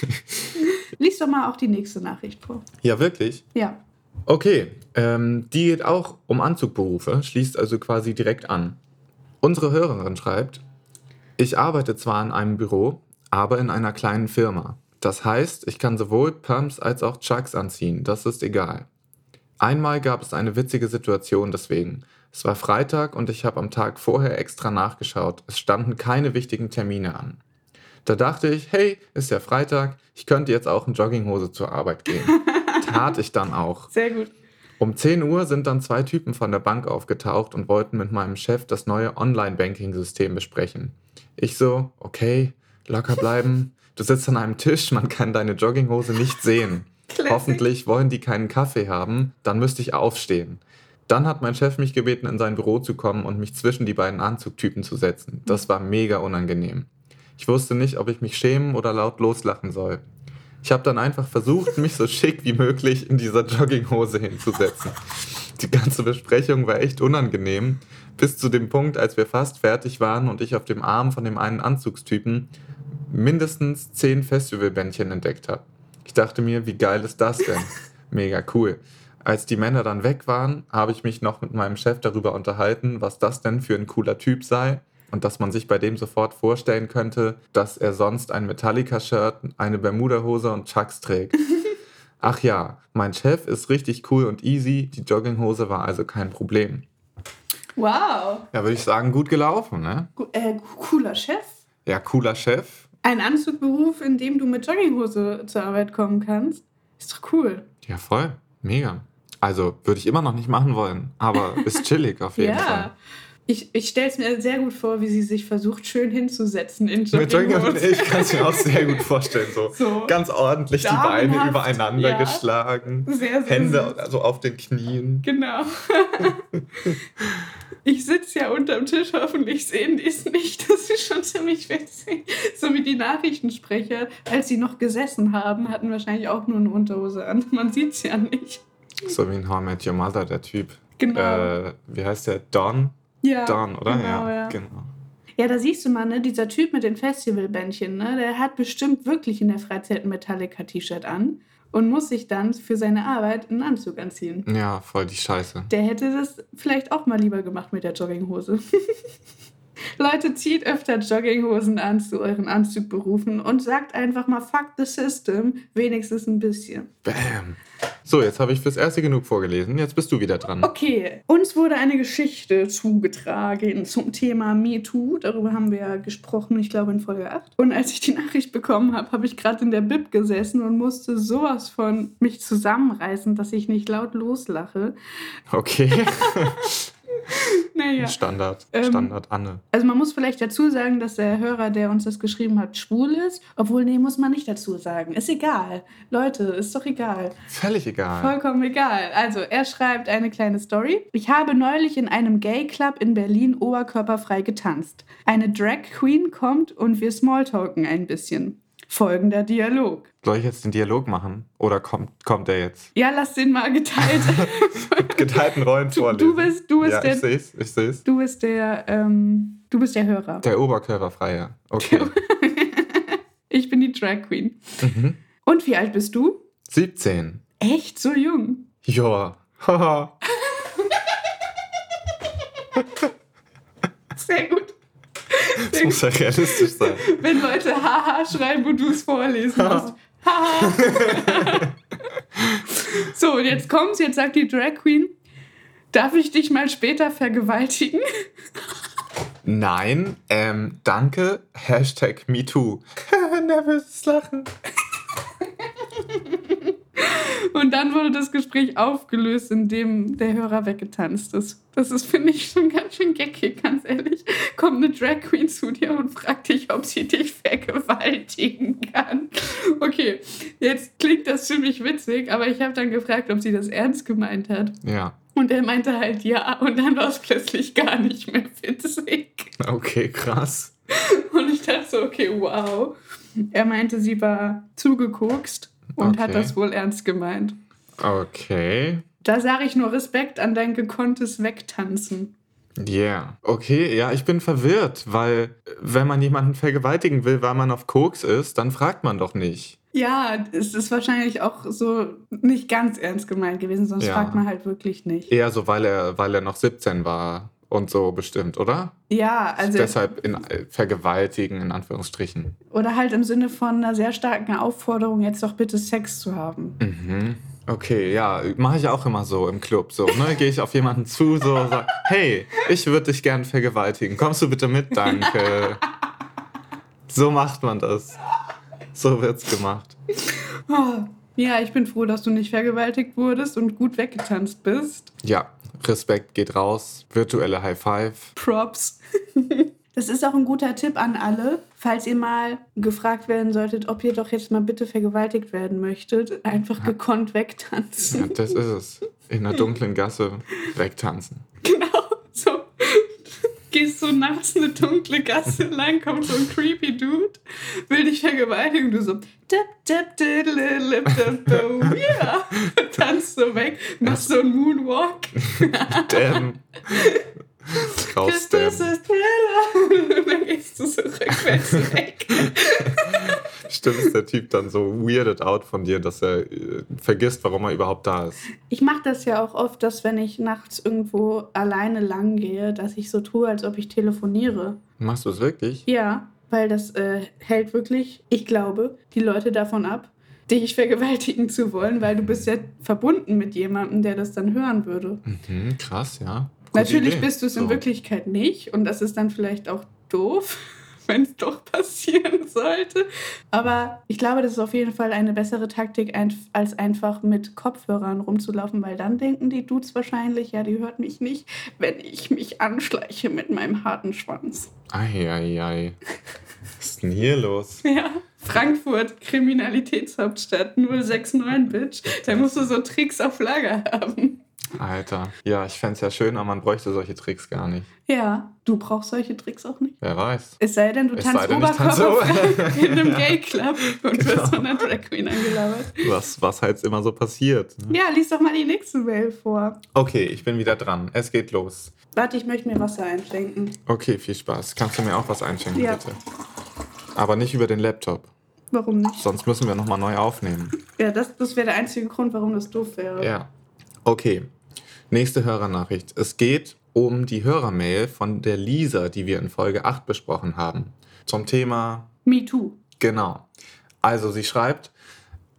Lies doch mal auch die nächste Nachricht vor. ja, wirklich? Ja. Okay, ähm, die geht auch um Anzugberufe, schließt also quasi direkt an. Unsere Hörerin schreibt, ich arbeite zwar in einem Büro, aber in einer kleinen Firma. Das heißt, ich kann sowohl Pumps als auch Chucks anziehen, das ist egal. Einmal gab es eine witzige Situation deswegen. Es war Freitag und ich habe am Tag vorher extra nachgeschaut. Es standen keine wichtigen Termine an. Da dachte ich, hey, ist ja Freitag, ich könnte jetzt auch in Jogginghose zur Arbeit gehen. Tat ich dann auch. Sehr gut. Um zehn Uhr sind dann zwei Typen von der Bank aufgetaucht und wollten mit meinem Chef das neue Online-Banking-System besprechen. Ich so, okay, locker bleiben. Du sitzt an einem Tisch, man kann deine Jogginghose nicht sehen. Classic. Hoffentlich wollen die keinen Kaffee haben, dann müsste ich aufstehen. Dann hat mein Chef mich gebeten, in sein Büro zu kommen und mich zwischen die beiden Anzugtypen zu setzen. Das war mega unangenehm. Ich wusste nicht, ob ich mich schämen oder laut loslachen soll. Ich habe dann einfach versucht, mich so schick wie möglich in dieser Jogginghose hinzusetzen. Die ganze Besprechung war echt unangenehm, bis zu dem Punkt, als wir fast fertig waren und ich auf dem Arm von dem einen Anzugstypen mindestens zehn Festivalbändchen entdeckt habe. Ich dachte mir, wie geil ist das denn? Mega cool. Als die Männer dann weg waren, habe ich mich noch mit meinem Chef darüber unterhalten, was das denn für ein cooler Typ sei und dass man sich bei dem sofort vorstellen könnte, dass er sonst ein Metallica-Shirt, eine Bermuda-Hose und Chucks trägt. Ach ja, mein Chef ist richtig cool und easy, die Jogginghose war also kein Problem. Wow. Ja, würde ich sagen, gut gelaufen, ne? Gu- äh, cooler Chef. Ja, cooler Chef. Ein Anzugberuf, in dem du mit Jogginghose zur Arbeit kommen kannst. Ist doch cool. Ja, voll. Mega. Also, würde ich immer noch nicht machen wollen, aber ist chillig auf jeden Ja. Fall. Ich, ich stelle es mir sehr gut vor, wie sie sich versucht, schön hinzusetzen in Mit Jogginghose, Jogginghose. ich kann es mir auch sehr gut vorstellen. So, So. ganz ordentlich die Beine Damenhaft, übereinander ja. geschlagen. Sehr, sehr Hände süß. also auf den Knien. Genau. Ich sitze ja unterm Tisch, hoffentlich sehen die es nicht. Das ist schon ziemlich witzig. So wie die Nachrichtensprecher, als sie noch gesessen haben, hatten wahrscheinlich auch nur eine Unterhose an. Man sieht es ja nicht. So wie in How I Met Your Mother, der Typ. Genau. Äh, wie heißt der? Don? ja, Don, oder? Genau, ja. Genau. Ja, da siehst du mal, ne, dieser Typ mit den Festivalbändchen, ne, der hat bestimmt wirklich in der Freizeit ein Metallica-T-Shirt an und muss sich dann für seine Arbeit einen Anzug anziehen. Ja, voll die Scheiße. Der hätte das vielleicht auch mal lieber gemacht mit der Jogginghose. Leute, zieht öfter Jogginghosen an zu euren Anzugberufen und sagt einfach mal fuck the system, wenigstens ein bisschen. Bam. So, jetzt habe ich fürs Erste genug vorgelesen. Jetzt bist du wieder dran. Okay, uns wurde eine Geschichte zugetragen zum Thema MeToo. Darüber haben wir ja gesprochen, ich glaube in Folge acht. Und als ich die Nachricht bekommen habe, habe ich gerade in der Bib gesessen und musste sowas von mich zusammenreißen, dass ich nicht laut loslache. Okay. Naja. Standard. Ähm, Standard Anne. Also man muss vielleicht dazu sagen, dass der Hörer, der uns das geschrieben hat, schwul ist. Obwohl, nee, muss man nicht dazu sagen. Ist egal. Leute, ist doch egal. Völlig egal. Vollkommen egal. Also, er schreibt eine kleine Story. Ich habe neulich in einem Gay-Club in Berlin oberkörperfrei getanzt. Eine Drag Queen kommt und wir smalltalken ein bisschen. Folgender Dialog. Soll ich jetzt den Dialog machen? Oder kommt, kommt der jetzt? Ja, lass den mal geteilt. Mit geteilten Rollen Du, vorlesen. du bist, du bist ja, der... ich seh's, ich seh's. Du bist der, ähm, du bist der Hörer. Der Oberkörperfreie. Okay. Ich bin die Drag Queen. Mhm. Und wie alt bist du? siebzehn. Echt so jung? Ja. Haha. Sehr gut. Das muss ja realistisch sein. Wenn Leute Haha schreiben und du es vorlesen musst. Haha. So, und jetzt kommt's, jetzt sagt die Drag Queen, darf ich dich mal später vergewaltigen? Nein, ähm, danke, Hashtag MeToo. Nervöses Lachen. Und dann wurde das Gespräch aufgelöst, indem der Hörer weggetanzt ist. Das ist, finde ich, schon ganz schön geckig, ganz ehrlich. Kommt eine Drag Queen zu dir und fragt dich, ob sie dich vergewaltigen kann. Okay, jetzt klingt das ziemlich witzig, aber ich habe dann gefragt, ob sie das ernst gemeint hat. Ja. Und er meinte halt ja, und dann war es plötzlich gar nicht mehr witzig. Okay, krass. Und ich dachte so, okay, wow. Er meinte, sie war zugekokst und Okay. hat das wohl ernst gemeint. Okay. Da sage ich nur Respekt an dein gekonntes Wegtanzen. Yeah. Okay, ja, ich bin verwirrt, weil wenn man jemanden vergewaltigen will, weil man auf Koks ist, dann fragt man doch nicht. Ja, es ist wahrscheinlich auch so nicht ganz ernst gemeint gewesen, sonst Ja. fragt man halt wirklich nicht. Eher so, weil er, weil er noch siebzehn war und so bestimmt, oder? Ja, also Deshalb in, äh, vergewaltigen, in Anführungsstrichen. oder halt im Sinne von einer sehr starken Aufforderung, jetzt doch bitte Sex zu haben. Mhm. Okay, ja, mache ich auch immer so im Club. So, ne? Gehe ich auf jemanden zu, so sag, hey, ich würde dich gern vergewaltigen. Kommst du bitte mit? Danke. So macht man das. So wird's gemacht. Oh, ja, ich bin froh, dass du nicht vergewaltigt wurdest und gut weggetanzt bist. Ja, Respekt geht raus. Virtuelle High Five. Props. Das ist auch ein guter Tipp an alle, falls ihr mal gefragt werden solltet, ob ihr doch jetzt mal bitte vergewaltigt werden möchtet. Einfach gekonnt Ja, wegtanzen. das ist es. In einer dunklen Gasse wegtanzen. Genau, so. Gehst so nachts eine dunkle Gasse lang, kommt so ein creepy Dude, will dich vergewaltigen und du so dip, dip, diddle, dip, dip, dip, ja, tanzt so weg, machst so einen Moonwalk. Damn. Raus, Cause this damn. is Thriller. Und dann gehst du so rückwärts weg. Stimmt, ist der Typ dann so weirded out von dir, dass er äh, vergisst, warum er überhaupt da ist. Ich mache das ja auch oft, dass wenn ich nachts irgendwo alleine lang gehe, dass ich so tue, als ob ich telefoniere. Machst du es wirklich? Ja, weil das äh, hält wirklich, ich glaube, die Leute davon ab, dich vergewaltigen zu wollen, weil du bist ja verbunden mit jemandem, der das dann hören würde. Mhm, krass, ja. Gute Natürlich Idee. bist du es in So. Wirklichkeit nicht und das ist dann vielleicht auch doof, wenn es doch passieren sollte. Aber ich glaube, das ist auf jeden Fall eine bessere Taktik, ein- als einfach mit Kopfhörern rumzulaufen, weil dann denken die Dudes wahrscheinlich, ja, die hört mich nicht, wenn ich mich anschleiche mit meinem harten Schwanz. Eieiei. Was ist denn hier los? Ja, Frankfurt, Kriminalitätshauptstadt, null sechs neun, Bitch. Da musst du so Tricks auf Lager haben. Alter. Ja, ich fände es ja schön, aber man bräuchte solche Tricks gar nicht. Ja, du brauchst solche Tricks auch nicht. Wer weiß. Es sei denn, du Es tanzt sei denn, ich tanze oberkörperfrei in einem Gay-Club und Genau. wirst von einer Drag Queen angelabert. Was, was halt immer so passiert. Ne? Ja, lies doch mal die nächste Mail vor. Okay, ich bin wieder dran. Es geht los. Warte, ich möchte mir Wasser einschenken. Okay, viel Spaß. Kannst du mir auch was einschenken, Ja. bitte? Aber nicht über den Laptop. Warum nicht? Sonst müssen wir nochmal neu aufnehmen. Ja, das, das wäre der einzige Grund, warum das doof wäre. Ja. Okay. Nächste Hörernachricht. Es geht um die Hörermail von der Lisa, die wir in Folge acht besprochen haben. Zum Thema Me too. Genau. Also sie schreibt,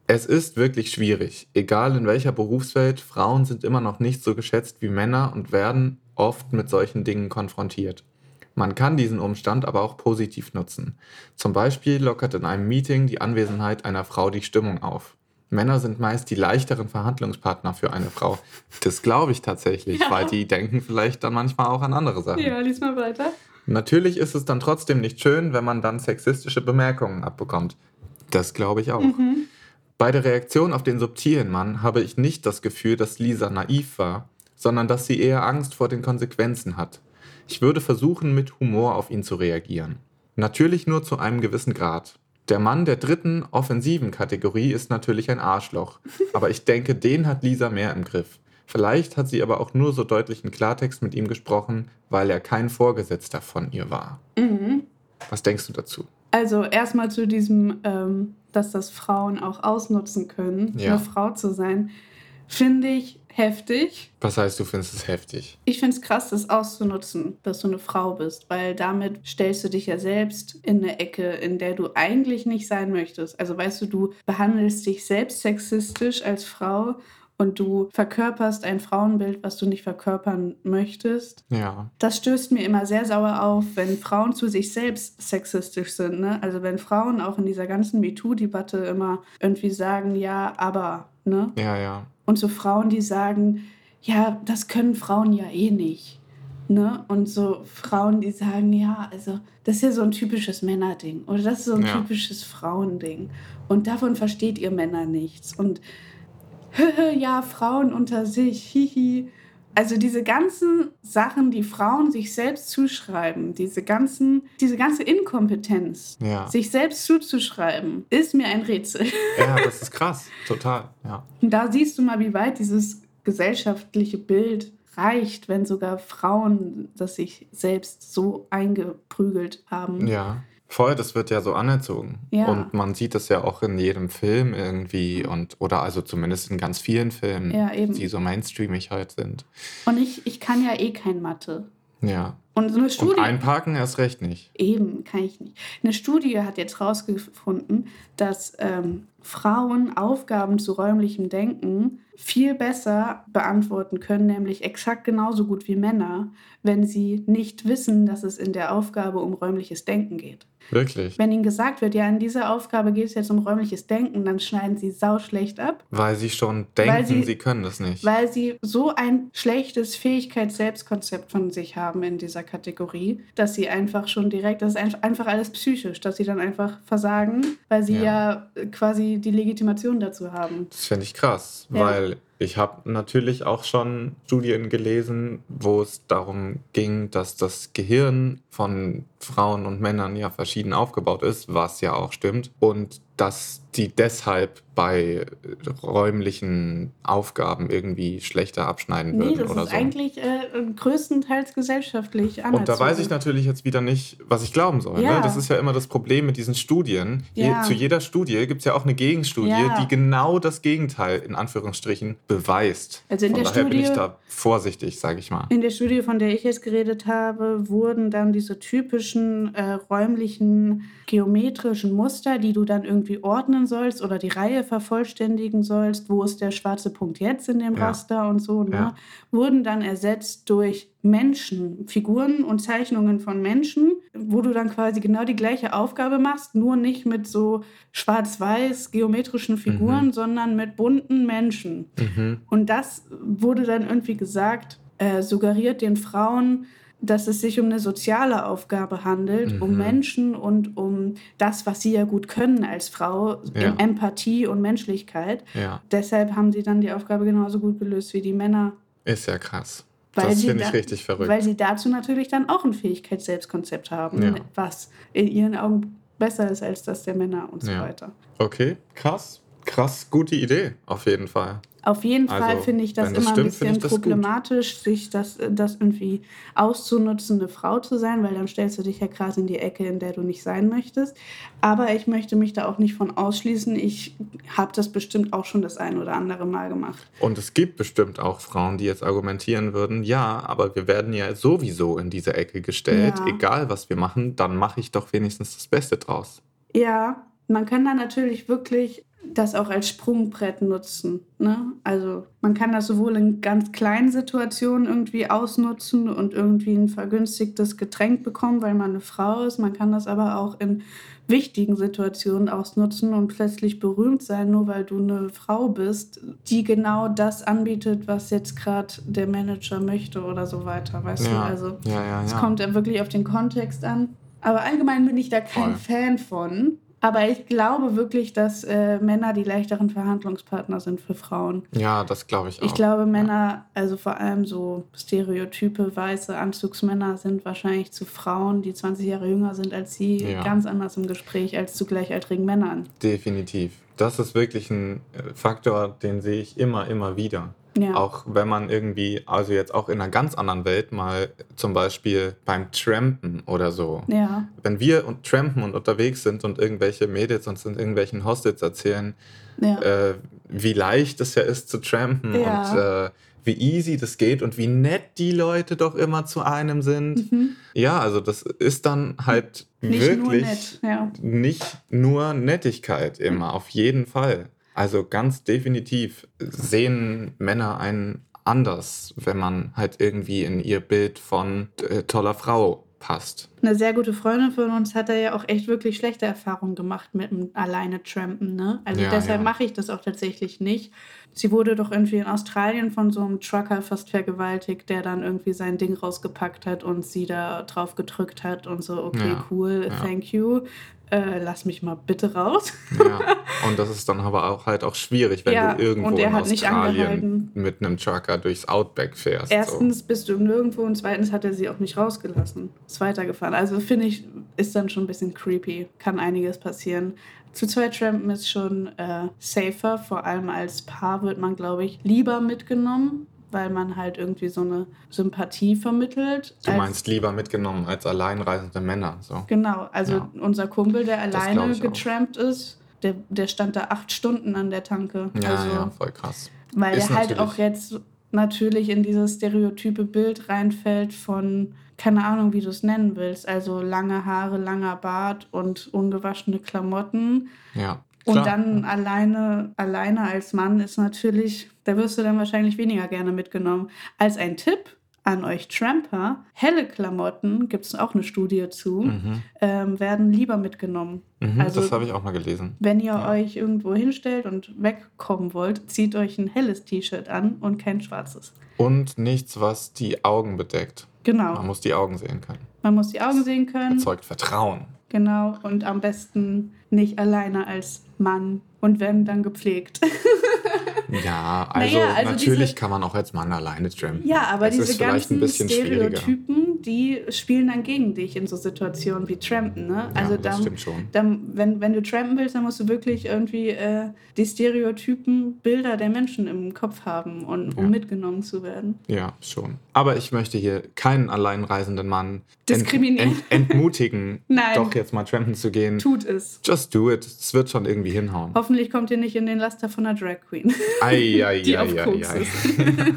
Es ist wirklich schwierig. Egal in welcher Berufswelt, Frauen sind immer noch nicht so geschätzt wie Männer und werden oft mit solchen Dingen konfrontiert. Man kann diesen Umstand aber auch positiv nutzen. Zum Beispiel lockert in einem Meeting die Anwesenheit einer Frau die Stimmung auf. Männer sind meist die leichteren Verhandlungspartner für eine Frau. Das glaube ich tatsächlich, Ja. weil die denken vielleicht dann manchmal auch an andere Sachen. Ja, lies mal weiter. Natürlich ist es dann trotzdem nicht schön, wenn man dann sexistische Bemerkungen abbekommt. Das glaube ich auch. Mhm. Bei der Reaktion auf den subtilen Mann habe ich nicht das Gefühl, dass Lisa naiv war, sondern dass sie eher Angst vor den Konsequenzen hat. Ich würde versuchen, mit Humor auf ihn zu reagieren. Natürlich nur zu einem gewissen Grad. Der Mann der dritten, offensiven Kategorie ist natürlich ein Arschloch, aber ich denke, den hat Lisa mehr im Griff. Vielleicht hat sie aber auch nur so deutlichen Klartext mit ihm gesprochen, weil er kein Vorgesetzter von ihr war. Mhm. Was denkst du dazu? Also erstmal zu diesem, ähm, dass das Frauen auch ausnutzen können, Ja. eine Frau zu sein, finde ich heftig. Was heißt, du findest es heftig? Ich finde es krass, das auszunutzen, dass du eine Frau bist, weil damit stellst du dich ja selbst in eine Ecke, in der du eigentlich nicht sein möchtest. Also weißt du, du behandelst dich selbst sexistisch als Frau und du verkörperst ein Frauenbild, was du nicht verkörpern möchtest. Ja. Das stößt mir immer sehr sauer auf, wenn Frauen zu sich selbst sexistisch sind. Ne? Also wenn Frauen auch in dieser ganzen MeToo-Debatte immer irgendwie sagen, ja, aber, ne? Ja, ja. Und so Frauen, die sagen, ja, das können Frauen ja eh nicht. Ne? Und so Frauen, die sagen, ja, also das ist ja so ein typisches Männerding oder das ist so ein Ja. typisches Frauending. Und davon versteht ihr Männer nichts. Und ja, Frauen unter sich, hihi. Also diese ganzen Sachen, die Frauen sich selbst zuschreiben, diese, ganzen, diese ganze Inkompetenz, Ja. sich selbst zuzuschreiben, ist mir ein Rätsel. Ja, das ist krass. Total. Ja. Und da siehst du mal, wie weit dieses gesellschaftliche Bild reicht, wenn sogar Frauen das sich selbst so eingeprügelt haben. Ja. Voll, das wird ja so anerzogen. Ja. Und man sieht das ja auch in jedem Film irgendwie und oder also zumindest in ganz vielen Filmen, Ja, eben. die so mainstreamig halt sind. Und ich, ich kann ja eh kein Mathe. Ja. Und so eine Und Studie... einparken erst recht nicht. Eben, kann ich nicht. Eine Studie hat jetzt herausgefunden, dass ähm, Frauen Aufgaben zu räumlichem Denken viel besser beantworten können, nämlich exakt genauso gut wie Männer, wenn sie nicht wissen, dass es in der Aufgabe um räumliches Denken geht. Wirklich. Wenn ihnen gesagt wird, ja, in dieser Aufgabe geht es jetzt um räumliches Denken, dann schneiden sie sauschlecht ab, Weil sie schon denken, Weil sie- sie, können das nicht. weil sie so ein schlechtes Fähigkeits-Selbstkonzept von sich haben in dieser Kategorie, dass sie einfach schon direkt, das ist ein- einfach alles psychisch, dass sie dann einfach versagen, weil sie ja, Ja. quasi die Legitimation dazu haben. Das finde ich krass, Ja. weil ich habe natürlich auch schon Studien gelesen, wo es darum ging, dass das Gehirn von Frauen und Männern ja verschieden aufgebaut ist, was ja auch stimmt, und dass die deshalb bei räumlichen Aufgaben irgendwie schlechter abschneiden Nee, würden das oder ist so. eigentlich äh, größtenteils gesellschaftlich anerzogen. Und da weiß ich natürlich jetzt wieder nicht, was ich glauben soll. Ja. Ne? Das ist ja immer das Problem mit diesen Studien. Ja. Je, zu jeder Studie gibt es ja auch eine Gegenstudie, Ja. die genau das Gegenteil in Anführungsstrichen beweist. Also in Von der daher bin ich Studie- da vorsichtig, sage ich mal. In der Studie, von der ich jetzt geredet habe, wurden dann diese typischen äh, räumlichen geometrischen Muster, die du dann irgendwie ordnen sollst oder die Reihe vervollständigen sollst, wo ist der schwarze Punkt jetzt in dem Ja. Raster und so, ne, Ja. wurden dann ersetzt durch Menschen, Figuren und Zeichnungen von Menschen, wo du dann quasi genau die gleiche Aufgabe machst, nur nicht mit so schwarz-weiß geometrischen Figuren, Mhm. sondern mit bunten Menschen. Mhm. Und das wurde dann irgendwie gesagt, äh, suggeriert den Frauen, dass es sich um eine soziale Aufgabe handelt, um Mhm. Menschen und um das, was sie ja gut können als Frau, Ja. in Empathie und Menschlichkeit. Ja, Deshalb haben sie dann die Aufgabe genauso gut gelöst wie die Männer. ist ja krass. Weil Das sie finde ich da- richtig verrückt. Weil sie dazu natürlich dann auch ein Fähigkeits-Selbstkonzept haben, Ja. was in ihren Augen besser ist als das der Männer und so Ja. weiter. Okay, krass. Krass, gute Idee, auf jeden Fall. Auf jeden Also, Fall finde ich das wenn das immer stimmt, ein finde bisschen ich das gut. problematisch, sich das, das irgendwie auszunutzen, eine Frau zu sein, weil dann stellst du dich ja gerade in die Ecke, in der du nicht sein möchtest. Aber ich möchte mich da auch nicht von ausschließen. Ich habe das bestimmt auch schon das ein oder andere Mal gemacht. Und es gibt bestimmt auch Frauen, die jetzt argumentieren würden, ja, aber wir werden ja sowieso in diese Ecke gestellt, Ja. egal was wir machen, dann mache ich doch wenigstens das Beste draus. Ja, man kann da natürlich wirklich das auch als Sprungbrett nutzen. Ne? Also man kann das sowohl in ganz kleinen Situationen irgendwie ausnutzen und irgendwie ein vergünstigtes Getränk bekommen, weil man eine Frau ist. Man kann das aber auch in wichtigen Situationen ausnutzen und plötzlich berühmt sein, nur weil du eine Frau bist, die genau das anbietet, was jetzt gerade der Manager möchte oder so weiter. Weißt Ja. du, also Ja, ja, es ja. kommt ja wirklich auf den Kontext an. Aber allgemein bin ich da kein Voll. Fan von. Aber ich glaube wirklich, dass äh, Männer die leichteren Verhandlungspartner sind für Frauen. Ja, das glaube ich auch. Ich glaube, Männer, also vor allem so stereotype weiße Anzugsmänner, sind wahrscheinlich zu Frauen, die zwanzig Jahre jünger sind als sie, Ja. ganz anders im Gespräch als zu gleichaltrigen Männern. Definitiv. Das ist wirklich ein äh, Faktor, den sehe ich immer, immer wieder. Ja. Auch wenn man irgendwie, also jetzt auch in einer ganz anderen Welt mal zum Beispiel beim Trampen oder so. Ja, Wenn wir und trampen und unterwegs sind und irgendwelche Mädels uns in irgendwelchen Hostels erzählen, ja. äh, wie leicht es ja ist zu trampen Ja. und äh, wie easy das geht und wie nett die Leute doch immer zu einem sind. Mhm. Ja, also das ist dann halt Nicht wirklich nur nett. Ja. nicht nur Nettigkeit immer, auf jeden Fall. Also ganz definitiv sehen Männer einen anders, wenn man halt irgendwie in ihr Bild von äh, toller Frau passt. Eine sehr gute Freundin von uns hat da ja auch echt wirklich schlechte Erfahrungen gemacht mit dem alleine Trampen, ne? Also Ja, deshalb ja. mache ich das auch tatsächlich nicht. Sie wurde doch irgendwie in Australien von so einem Trucker fast vergewaltigt, der dann irgendwie sein Ding rausgepackt hat und sie da drauf gedrückt hat und so, okay, Ja, cool, ja. thank you. Äh, lass mich mal bitte raus. Ja. Und das ist dann aber auch halt auch schwierig, wenn Ja, du irgendwo und er in hat nicht Australien angehalten. mit einem Trucker durchs Outback fährst. Erstens bist du nirgendwo und zweitens hat er sie auch nicht rausgelassen. Ist weitergefahren. Also finde ich, ist dann schon ein bisschen creepy. Kann einiges passieren. Zu zweit trampen ist schon äh, safer. Vor allem als Paar wird man, glaube ich, lieber mitgenommen, weil man halt irgendwie so eine Sympathie vermittelt. So. Du als- meinst lieber mitgenommen als alleinreisende Männer. So. Genau, also Ja. unser Kumpel, der Das glaub alleine ich auch. getrampt ist, der, der stand da acht Stunden an der Tanke. Ja, also, ja, voll krass. Weil Ist er halt natürlich- auch jetzt natürlich in dieses stereotype Bild reinfällt von, keine Ahnung, wie du es nennen willst, also lange Haare, langer Bart und ungewaschene Klamotten. Ja. Und Klar. dann alleine, alleine als Mann ist natürlich, da wirst du dann wahrscheinlich weniger gerne mitgenommen. Als ein Tipp an euch Tramper, helle Klamotten, gibt es auch eine Studie zu, Mhm. ähm, werden lieber mitgenommen. Mhm, also- das habe ich auch mal gelesen. Wenn ihr Ja. euch irgendwo hinstellt und wegkommen wollt, zieht euch ein helles T-Shirt an und kein schwarzes. Und nichts, was die Augen bedeckt. Genau. Man muss die Augen sehen können. Man muss die Augen sehen können. Erzeugt Vertrauen. Genau. Und am besten nicht alleine als Mann. Und wenn, dann gepflegt. Ja, also, Naja, also natürlich diese- kann man auch als Mann alleine trampen. Ja, aber Es diese ist vielleicht ein ganzen bisschen schwieriger. Stereotypen, die spielen dann gegen dich in so Situationen wie Trampen. Ne? Ja, Also das dann, stimmt schon. dann, wenn, wenn du trampen willst, dann musst du wirklich irgendwie äh, die Stereotypen, Bilder der Menschen im Kopf haben, und, um Ja. mitgenommen zu werden. Ja, schon. Aber ich möchte hier keinen alleinreisenden Mann Diskriminieren. Ent, ent, entmutigen, Nein. doch jetzt mal trampen zu gehen. Tut es. Just do it. Es wird schon irgendwie hinhauen. Hoffentlich kommt ihr nicht in den Laster von einer Drag Queen. Ei, ei, Die ei, auf ei, Koks ei. ist.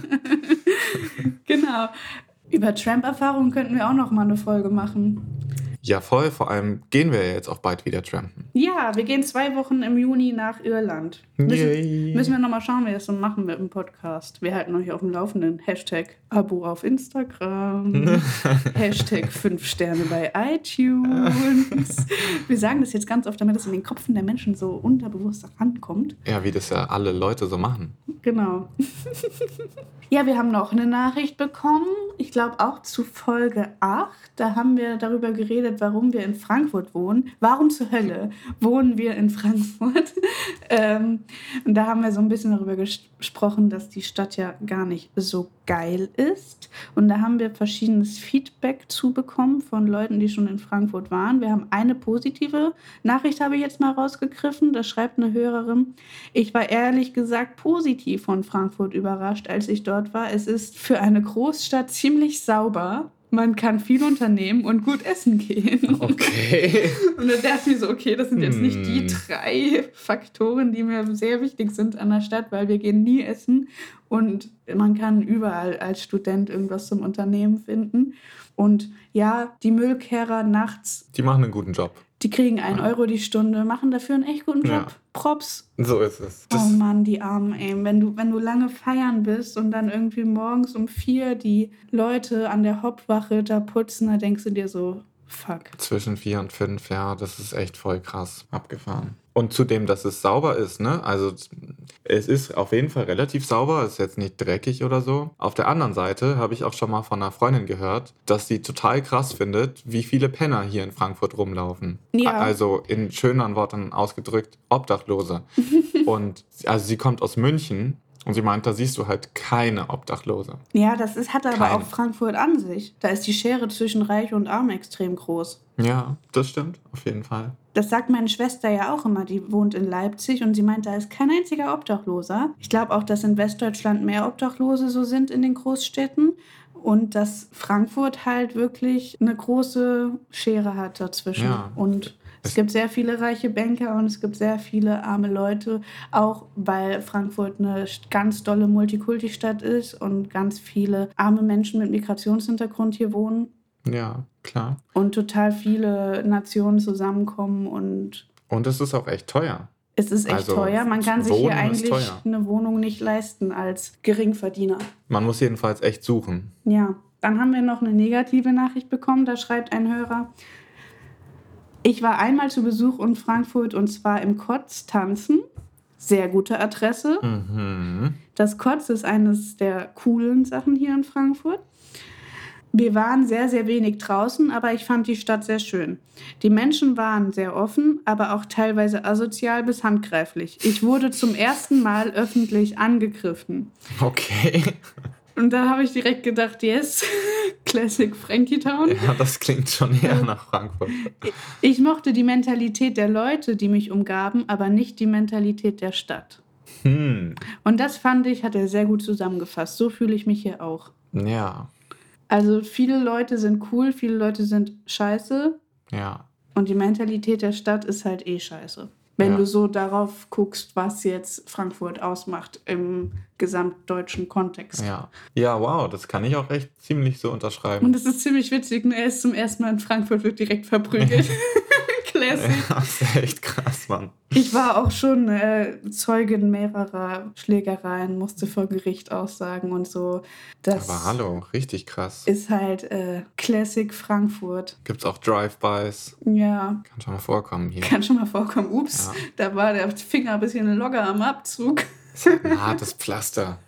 Genau. Über Tramp-Erfahrungen könnten wir auch noch mal eine Folge machen. Ja, voll. Vor allem gehen wir ja jetzt auch bald wieder trampen. Ja, wir gehen zwei Wochen im Juni nach Irland. Müssen, Yay. müssen wir noch mal schauen, wie wir das so machen mit dem Podcast. Wir halten euch auf dem Laufenden. Hashtag Abo auf Instagram. Hashtag fünf Sterne bei iTunes. Wir sagen das jetzt ganz oft, damit es in den Köpfen der Menschen so unterbewusst rankommt. Ja, wie das ja alle Leute so machen. Genau. Ja, wir haben noch eine Nachricht bekommen. Ich glaube auch zu Folge acht. Da haben wir darüber geredet, warum wir in Frankfurt wohnen. Warum zur Hölle wohnen wir in Frankfurt? ähm, und da haben wir so ein bisschen darüber ges- gesprochen, dass die Stadt ja gar nicht so geil ist. Und da haben wir verschiedenes Feedback zubekommen von Leuten, die schon in Frankfurt waren. Wir haben eine positive Nachricht, habe ich jetzt mal rausgegriffen. Da schreibt eine Hörerin: Ich war ehrlich gesagt positiv von Frankfurt überrascht, als ich dort war. Es ist für eine Großstadt ziemlich sauber. Man kann viel unternehmen und gut essen gehen. Okay. Und dann dachte ich so, okay, das sind jetzt nicht die Hm. drei Faktoren, die mir sehr wichtig sind an der Stadt, weil wir gehen nie essen und man kann überall als Student irgendwas zum Unternehmen finden. Und ja, die Müllkehrer nachts, Die machen einen guten Job. die kriegen einen Euro die Stunde, machen dafür einen echt guten Job. Ja. Props. So ist es. Oh Das, Mann, die Armen, ey. Wenn du, wenn du lange feiern bist und dann irgendwie morgens um vier die Leute an der Hauptwache da putzen, da denkst du dir so, fuck. zwischen vier und fünf, ja, das ist echt voll krass abgefahren. Und zudem, dass es sauber ist, ne? Also es ist auf jeden Fall relativ sauber, ist jetzt nicht dreckig oder so. Auf der anderen Seite habe ich auch schon mal von einer Freundin gehört, dass sie total krass findet, wie viele Penner hier in Frankfurt rumlaufen. Ja. Also in schöneren Worten ausgedrückt, Obdachlose. Und also sie kommt aus München und sie meint, da siehst du halt keine Obdachlose. Ja, das ist, hat aber Keine. auch Frankfurt an sich. Da ist die Schere zwischen Reich und Arm extrem groß. Ja, das stimmt, auf jeden Fall. Das sagt meine Schwester ja auch immer, die wohnt in Leipzig und sie meint, da ist kein einziger Obdachloser. Ich glaube auch, dass in Westdeutschland mehr Obdachlose so sind in den Großstädten und dass Frankfurt halt wirklich eine große Schere hat dazwischen. Ja. Und es gibt sehr viele reiche Banker und es gibt sehr viele arme Leute, auch weil Frankfurt eine ganz dolle Multikulti-Stadt ist und ganz viele arme Menschen mit Migrationshintergrund hier wohnen. Ja, klar. Und total viele Nationen zusammenkommen und Und es ist auch echt teuer. es ist echt Also, teuer. Man kann sich Wohnen hier ist eigentlich teuer. eine Wohnung nicht leisten als Geringverdiener. Man muss jedenfalls echt suchen. Ja, dann haben wir noch eine negative Nachricht bekommen. Da schreibt ein Hörer: Ich war einmal zu Besuch in Frankfurt und zwar im Kotz tanzen. Sehr gute Adresse. Mhm. Das Kotz ist eines der coolen Sachen hier in Frankfurt. Wir waren sehr, sehr wenig draußen, aber ich fand die Stadt sehr schön. Die Menschen waren sehr offen, aber auch teilweise asozial bis handgreiflich. Ich wurde zum ersten Mal öffentlich angegriffen. Okay. Und da habe ich direkt gedacht, yes, Classic Frankie Town. Ja, das klingt schon eher nach Frankfurt. Ich mochte die Mentalität der Leute, die mich umgaben, aber nicht die Mentalität der Stadt. Hm. Und das fand ich, hat er sehr gut zusammengefasst. So fühle ich mich hier auch. Ja, Also viele Leute sind cool, viele Leute sind scheiße. ja. Und die Mentalität der Stadt ist halt eh scheiße. Wenn Ja. du so darauf guckst, was jetzt Frankfurt ausmacht im gesamtdeutschen Kontext. Ja. Ja, wow, das kann ich auch echt ziemlich so unterschreiben. Und es ist ziemlich witzig, ne? Er ist zum ersten Mal in Frankfurt, wird direkt verprügelt. Classic. Ja, das ist echt krass, Mann. Ich war auch schon äh, Zeugin mehrerer Schlägereien, musste vor Gericht aussagen und so. Das Aber hallo, richtig krass. ist halt äh, Classic Frankfurt. Gibt's auch Drive-Bys. Ja, Kann schon mal vorkommen hier. kann schon mal vorkommen. Ups, Ja. da war der Finger ein bisschen locker am Abzug. Das ist ein hartes Pflaster.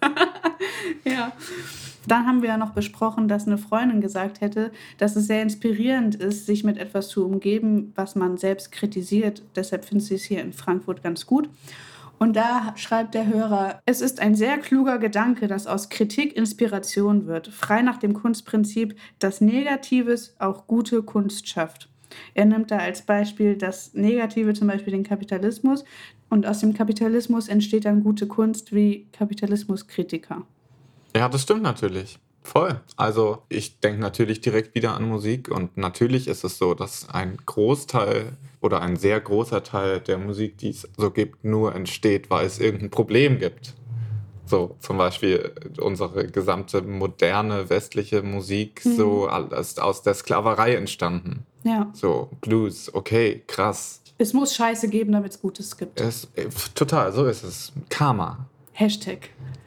Ja. Dann haben wir ja noch besprochen, dass eine Freundin gesagt hätte, dass es sehr inspirierend ist, sich mit etwas zu umgeben, was man selbst kritisiert. Deshalb findet sie es hier in Frankfurt ganz gut. Und da schreibt der Hörer: Es ist ein sehr kluger Gedanke, dass aus Kritik Inspiration wird, frei nach dem Kunstprinzip, dass Negatives auch gute Kunst schafft. Er nimmt da als Beispiel das Negative, zum Beispiel den Kapitalismus. Und aus dem Kapitalismus entsteht dann gute Kunst wie Kapitalismuskritiker. Ja, das stimmt natürlich. Voll. Also ich denke natürlich direkt wieder an Musik und natürlich ist es so, dass ein Großteil oder ein sehr großer Teil der Musik, die es so gibt, nur entsteht, weil es irgendein Problem gibt. So zum Beispiel unsere gesamte moderne westliche Musik, Mhm. so alles aus der Sklaverei entstanden. Ja, So Blues, okay, krass. es muss Scheiße geben, damit es Gutes gibt. Es, äh, total, so ist es. Karma. Hashtag.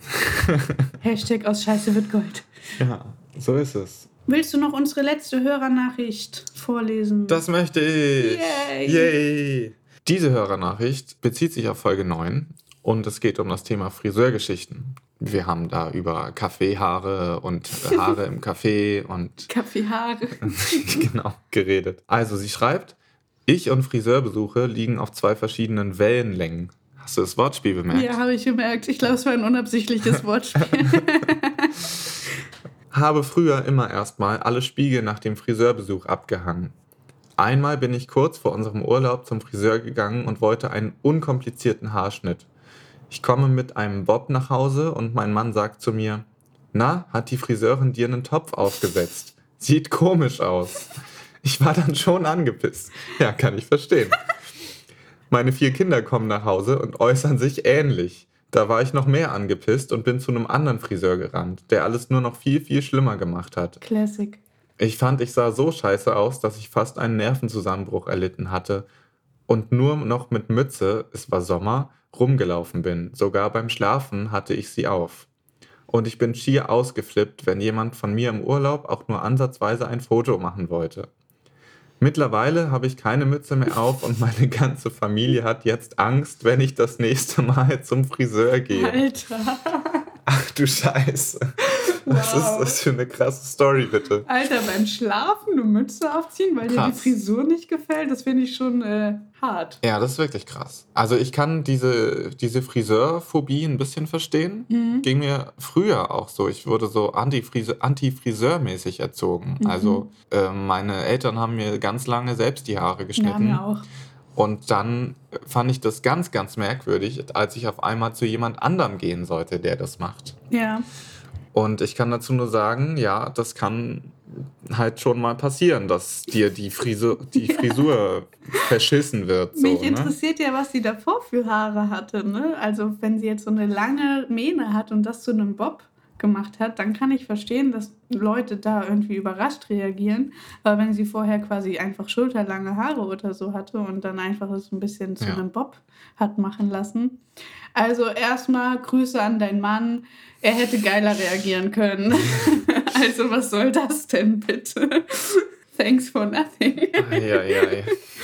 Hashtag aus Scheiße wird Gold. Ja, so ist es. Willst du noch unsere letzte Hörernachricht vorlesen? Das möchte ich. Yay. Yay. Diese Hörernachricht bezieht sich auf Folge neun und es geht um das Thema Friseurgeschichten. Wir haben da über Kaffeehaare und äh, Haare im Kaffee und Kaffeehaare. genau geredet. Also sie schreibt, ich und Friseurbesuche liegen auf zwei verschiedenen Wellenlängen. Hast du das Wortspiel bemerkt? Ja, habe ich gemerkt. Ich glaube, es war ein unabsichtliches Wortspiel. Habe früher immer erstmal alle Spiegel nach dem Friseurbesuch abgehangen. Einmal bin ich kurz vor unserem Urlaub zum Friseur gegangen und wollte einen unkomplizierten Haarschnitt. Ich komme mit einem Bob nach Hause und mein Mann sagt zu mir, na, hat die Friseurin dir einen Topf aufgesetzt? Sieht komisch aus. Ich war dann schon angepisst. Ja, kann ich verstehen. Meine vier Kinder kommen nach Hause und äußern sich ähnlich. Da war ich noch mehr angepisst und bin zu einem anderen Friseur gerannt, der alles nur noch viel, viel schlimmer gemacht hat. Classic. Ich fand, ich sah so scheiße aus, dass ich fast einen Nervenzusammenbruch erlitten hatte. und nur noch mit Mütze, es war Sommer, rumgelaufen bin. Sogar beim Schlafen hatte ich sie auf. Und ich bin schier ausgeflippt, wenn jemand von mir im Urlaub auch nur ansatzweise ein Foto machen wollte. Mittlerweile habe ich keine Mütze mehr auf und meine ganze Familie hat jetzt Angst, wenn ich das nächste Mal zum Friseur gehe. Alter. Ach du Scheiße. Was Wow. ist das für eine krasse Story, bitte? Alter, beim Schlafen eine Mütze aufziehen, weil dir die Krass. Frisur nicht gefällt, das finde ich schon äh, hart. Ja, das ist wirklich krass. Also ich kann diese, diese Friseurphobie ein bisschen verstehen. Mhm. Ging mir früher auch so. Ich wurde so Anti-Frise- Anti-Friseurmäßig erzogen. Mhm. Also äh, meine Eltern haben mir ganz lange selbst die Haare Ja, geschnitten. mir auch. Und dann fand ich das ganz, ganz merkwürdig, als ich auf einmal zu jemand anderem gehen sollte, der das macht. Ja. Und ich kann dazu nur sagen, ja, das kann halt schon mal passieren, dass dir die Frisur, die Frisur verschissen wird. So, Mich ne? interessiert ja, was sie davor für Haare hatte. Ne? Also wenn sie jetzt so eine lange Mähne hat und das zu einem Bob gemacht hat, dann kann ich verstehen, dass Leute da irgendwie überrascht reagieren. Aber wenn sie vorher quasi einfach schulterlange Haare oder so hatte und dann einfach es ein bisschen zu Ja. einem Bob hat machen lassen. Also erstmal Grüße an deinen Mann. Er hätte geiler reagieren können. Also was soll das denn bitte? Thanks for nothing. Ja, ja, ja.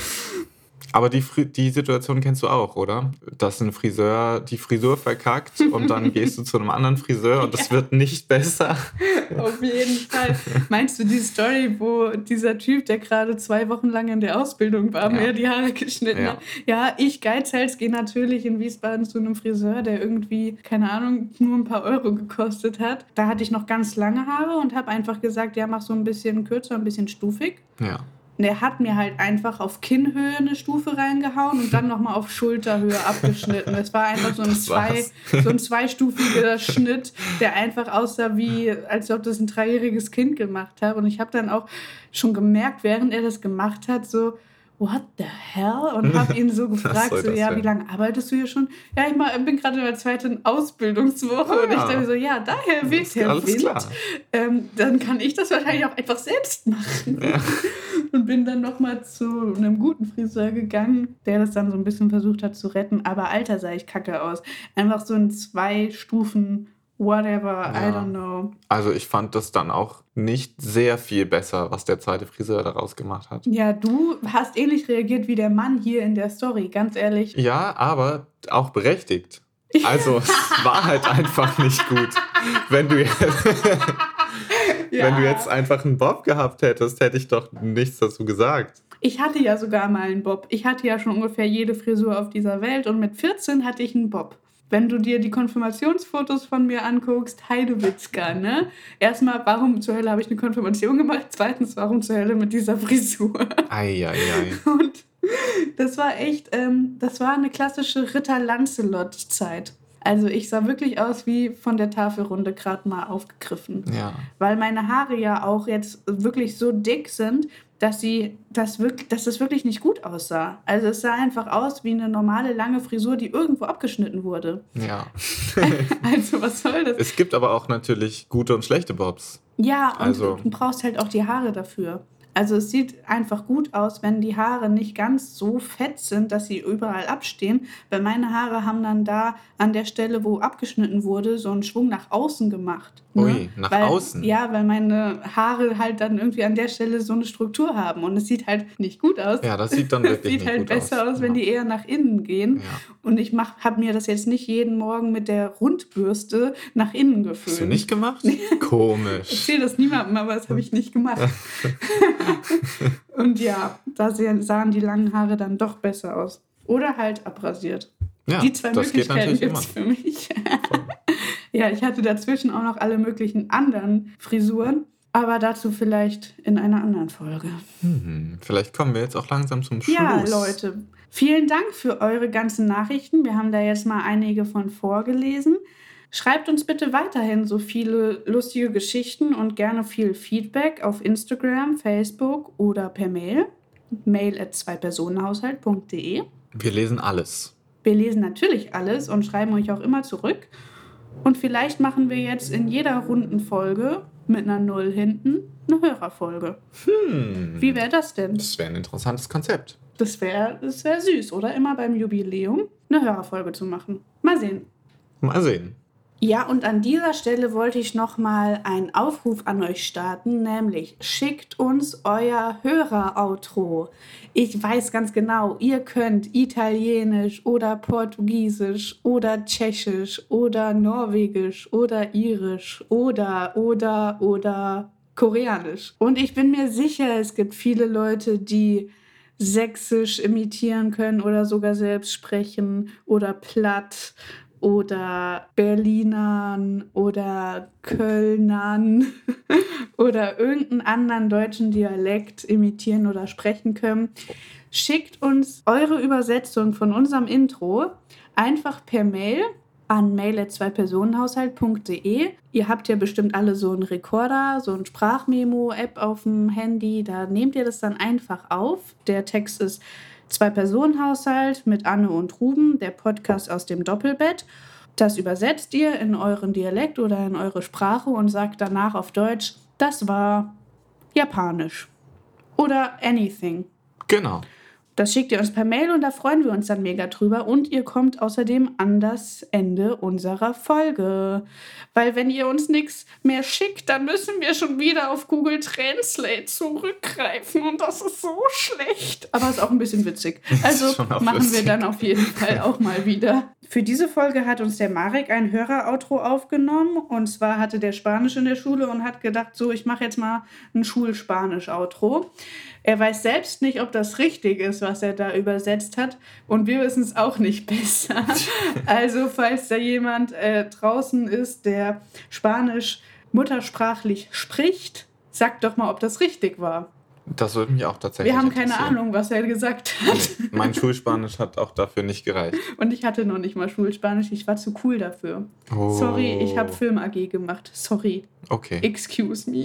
Aber die, Fri- die Situation kennst du auch, oder? Dass ein Friseur die Frisur verkackt und dann gehst du zu einem anderen Friseur und es wird nicht besser. Auf jeden Fall. Meinst du die Story, wo dieser Typ, der gerade zwei Wochen lang in der Ausbildung war, Ja. mir die Haare geschnitten Ja. hat? Ja, ich Geizhals gehe natürlich in Wiesbaden zu einem Friseur, der irgendwie, keine Ahnung, nur ein paar Euro gekostet hat. Da hatte ich noch ganz lange Haare und habe einfach gesagt, ja, mach so ein bisschen kürzer, ein bisschen stufig. Ja. Und der hat mir halt einfach auf Kinnhöhe eine Stufe reingehauen und dann nochmal auf Schulterhöhe abgeschnitten. Das war einfach so ein, Das zwei, war's. so ein zweistufiger Schnitt, der einfach aussah wie, als ob das ein dreijähriges Kind gemacht hat. Und ich habe dann auch schon gemerkt, während er das gemacht hat, so, what the hell? Und habe ihn so gefragt, soll so, das ja, sein? wie lange arbeitest du hier schon? Ja, ich mal, bin gerade in der zweiten Ausbildungswoche. Ah, und ich ja. dachte so, ja, daher weht der Alles Wind. klar. Ähm, dann kann ich das wahrscheinlich auch einfach selbst machen. Ja. Und bin dann nochmal zu einem guten Friseur gegangen, der das dann so ein bisschen versucht hat zu retten. Aber Alter, sah ich kacke aus. Einfach so in zwei Stufen, whatever, I Ja. don't know. Also ich fand das dann auch nicht sehr viel besser, was der zweite Friseur daraus gemacht hat. Ja, du hast ähnlich reagiert wie der Mann hier in der Story, ganz ehrlich. Ja, aber auch berechtigt. Also es war halt einfach nicht gut. Wenn du, jetzt, wenn du jetzt einfach einen Bob gehabt hättest, hätte ich doch nichts dazu gesagt. Ich hatte ja sogar mal einen Bob. Ich hatte ja schon ungefähr jede Frisur auf dieser Welt und mit vierzehn hatte ich einen Bob. Wenn du dir die Konfirmationsfotos von mir anguckst, Heidewitzka, ne? Erstmal, warum zur Hölle habe ich eine Konfirmation gemacht? Zweitens, warum zur Hölle mit dieser Frisur? Eieiei. Und das war echt, ähm, das war eine klassische Ritter-Lancelot-Zeit. Also ich sah wirklich aus wie von der Tafelrunde gerade mal aufgegriffen. Ja. Weil meine Haare ja auch jetzt wirklich so dick sind, dass, sie, das wirklich, dass das wirklich nicht gut aussah. Also es sah einfach aus wie eine normale lange Frisur, die irgendwo abgeschnitten wurde. Ja. Also was soll das? Es gibt aber auch natürlich gute und schlechte Bobs. Ja, und Also- du brauchst halt auch die Haare dafür. Also es sieht einfach gut aus, wenn die Haare nicht ganz so fett sind, dass sie überall abstehen. Weil meine Haare haben dann da an der Stelle, wo abgeschnitten wurde, so einen Schwung nach außen gemacht. Ne? Ui, nach weil, außen? Ja, weil meine Haare halt dann irgendwie an der Stelle so eine Struktur haben. Und es sieht halt nicht gut aus. Ja, das sieht dann Es wirklich sieht nicht halt gut besser aus, aus. wenn Ja. die eher nach innen gehen. Ja. Und ich habe mir das jetzt nicht jeden Morgen mit der Rundbürste nach innen geföhnt. Hast du nicht gemacht? Komisch. erzähle das niemandem, aber das habe ich nicht gemacht. Und ja, da sehen- sahen die langen Haare dann doch besser aus. Oder halt abrasiert. Ja, die zwei das geht Möglichkeiten natürlich gibt immer. es für mich. Ja, ich hatte dazwischen auch noch alle möglichen anderen Frisuren, aber dazu vielleicht in einer anderen Folge. Hm, vielleicht kommen wir jetzt auch langsam zum Schluss. Ja, Leute, vielen Dank für eure ganzen Nachrichten. Wir haben da jetzt mal einige von vorgelesen. Schreibt uns bitte weiterhin so viele lustige Geschichten und gerne viel Feedback auf Instagram, Facebook oder per Mail. Mail at zweipersonenhaushalt punkt de. Wir lesen alles. Wir lesen natürlich alles und schreiben euch auch immer zurück. Und vielleicht machen wir jetzt in jeder runden Folge mit einer Null hinten eine Hörerfolge. Hm. Wie wäre das denn? Das wäre ein interessantes Konzept. Das wäre das wär süß, oder? Immer beim Jubiläum eine Hörerfolge zu machen. Mal sehen. Mal sehen. Ja, und an dieser Stelle wollte ich nochmal einen Aufruf an euch starten, nämlich schickt uns euer Hörer-Outro. Ich weiß ganz genau, ihr könnt Italienisch oder Portugiesisch oder Tschechisch oder Norwegisch oder Irisch oder, oder, oder Koreanisch. Und ich bin mir sicher, es gibt viele Leute, die Sächsisch imitieren können oder sogar selbst sprechen oder Platt oder Berlinern oder Kölnern oder irgendeinen anderen deutschen Dialekt imitieren oder sprechen können. Schickt uns eure Übersetzung von unserem Intro einfach per Mail an mail at zwei personen haushalt punkt de. Ihr habt ja bestimmt alle so einen Recorder, so ein Sprachmemo-App auf dem Handy. Da nehmt ihr das dann einfach auf. Der Text ist Zwei-Personen-Haushalt mit Anne und Ruben, der Podcast aus dem Doppelbett. Das übersetzt ihr in euren Dialekt oder in eure Sprache und sagt danach auf Deutsch, das war Japanisch oder anything. Genau. Das schickt ihr uns per Mail und da freuen wir uns dann mega drüber. Und ihr kommt außerdem an das Ende unserer Folge. Weil wenn ihr uns nichts mehr schickt, dann müssen wir schon wieder auf Google Translate zurückgreifen. Und das ist so schlecht. Aber ist auch ein bisschen witzig. Also machen lustig. wir dann auf jeden Fall auch mal wieder. Für diese Folge hat uns der Marek ein Hörer-Outro aufgenommen. Und zwar hatte der Spanisch in der Schule und hat gedacht, so, ich mache jetzt mal ein Schulspanisch-Outro. Er weiß selbst nicht, ob das richtig ist, was er da übersetzt hat. Und wir wissen es auch nicht besser. Also, falls da jemand äh, draußen ist, der Spanisch muttersprachlich spricht, sagt doch mal, ob das richtig war. Das würde mich auch tatsächlich Wir haben keine interessieren. Ahnung, was er gesagt hat. Nee, mein Schulspanisch hat auch dafür nicht gereicht. Und ich hatte noch nicht mal Schulspanisch. Ich war zu cool dafür. Oh. Sorry, ich habe Film-A G gemacht. Sorry. Okay. Excuse me.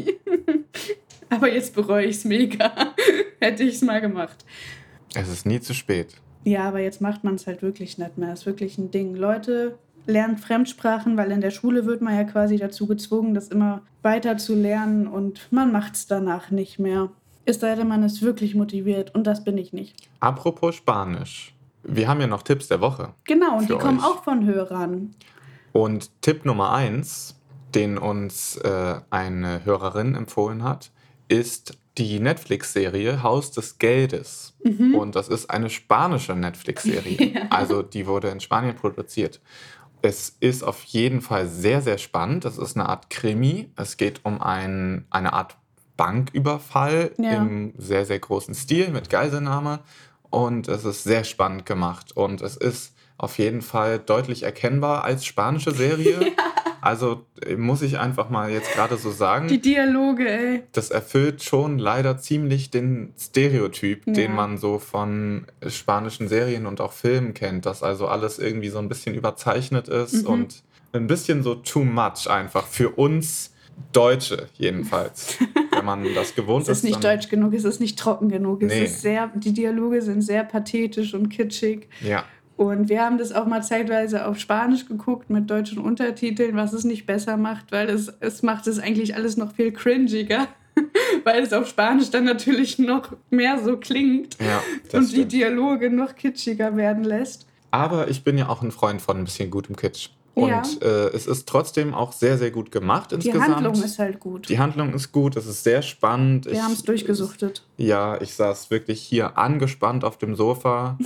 Aber jetzt bereue ich es mega. Hätte ich es mal gemacht. Es ist nie zu spät. Ja, aber jetzt macht man es halt wirklich nicht mehr. Das ist wirklich ein Ding. Leute, lernt Fremdsprachen, weil in der Schule wird man ja quasi dazu gezwungen, das immer weiter zu lernen und man macht es danach nicht mehr. Es sei denn, man ist wirklich motiviert und das bin ich nicht. Apropos Spanisch. Wir haben ja noch Tipps der Woche. Genau, und Für die kommen euch. auch von Hörern. Und Tipp Nummer eins, den uns äh, eine Hörerin empfohlen hat, ist die Netflix-Serie Haus des Geldes. Mhm. Und das ist eine spanische Netflix-Serie. Ja. Also die wurde in Spanien produziert. Es ist auf jeden Fall sehr, sehr spannend. Es ist eine Art Krimi. Es geht um ein, eine Art Banküberfall Ja. im sehr, sehr großen Stil mit Geiselnahme. Und es ist sehr spannend gemacht. Und es ist auf jeden Fall deutlich erkennbar als spanische Serie. Ja. Also muss ich einfach mal jetzt gerade so sagen. Die Dialoge, ey. Das erfüllt schon leider ziemlich den Stereotyp, Ja. den man so von spanischen Serien und auch Filmen kennt, dass also alles irgendwie so ein bisschen überzeichnet ist Mhm. und ein bisschen so too much einfach für uns Deutsche jedenfalls. Wenn man das gewohnt Es ist ist. nicht dann, deutsch genug, es ist nicht trocken genug. Es Nee. ist sehr, die Dialoge sind sehr pathetisch und kitschig. Ja, Und wir haben das auch mal zeitweise auf Spanisch geguckt mit deutschen Untertiteln, was es nicht besser macht, weil es, es macht es eigentlich alles noch viel cringiger, weil es auf Spanisch dann natürlich noch mehr so klingt ja, das und die stimmt. Dialoge noch kitschiger werden lässt. Aber ich bin ja auch ein Freund von ein bisschen gutem Kitsch. Und Ja. äh, es ist trotzdem auch sehr, sehr gut gemacht Die insgesamt. Handlung ist halt gut. Die Handlung ist gut, es ist sehr spannend. Wir Ich- haben es durchgesuchtet. Ja, ich saß wirklich hier angespannt auf dem Sofa.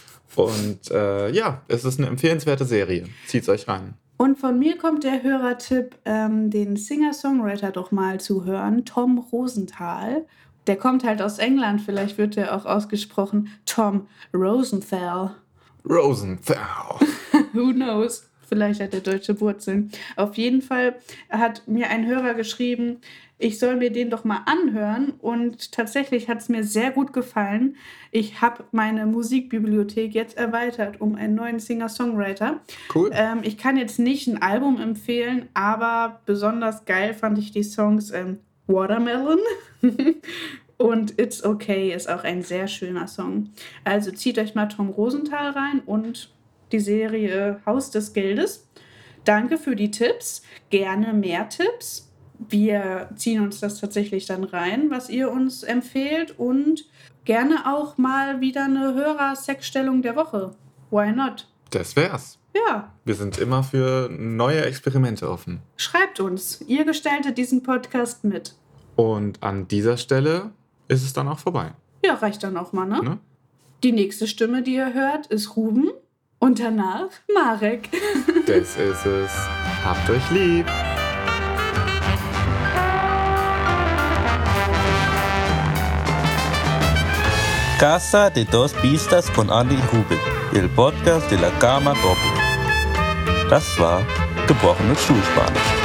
Und äh, ja, es ist eine empfehlenswerte Serie. Zieht's euch rein. Und von mir kommt der Hörertipp, ähm, den Singer-Songwriter doch mal zu hören, Tom Rosenthal. Der kommt halt aus England, vielleicht wird der auch ausgesprochen Tom Rosenthal. Rosenthal. Who knows? Vielleicht hat er deutsche Wurzeln. Auf jeden Fall hat mir ein Hörer geschrieben, ich soll mir den doch mal anhören. Und tatsächlich hat es mir sehr gut gefallen. Ich habe meine Musikbibliothek jetzt erweitert um einen neuen Singer-Songwriter. Cool. Ähm, ich kann jetzt nicht ein Album empfehlen, aber besonders geil fand ich die Songs ähm, Watermelon und It's Okay ist auch ein sehr schöner Song. Also zieht euch mal Tom Rosenthal rein und die Serie Haus des Geldes. Danke für die Tipps. Gerne mehr Tipps. Wir ziehen uns das tatsächlich dann rein, was ihr uns empfehlt. Und gerne auch mal wieder eine Hörer-Sexstellung der Woche. Why not? Das wär's. Ja. Wir sind immer für neue Experimente offen. Schreibt uns. Ihr gestaltet diesen Podcast mit. Und an dieser Stelle ist es dann auch vorbei. Ja, reicht dann auch mal, ne? Ne? Die nächste Stimme, die ihr hört, ist Ruben. Und danach Marek. Das ist es. Habt euch lieb. Casa de dos Pistas con Andy y Ruben, el podcast de la Cama Doppel. Das war gebrochenes Schulspanisch.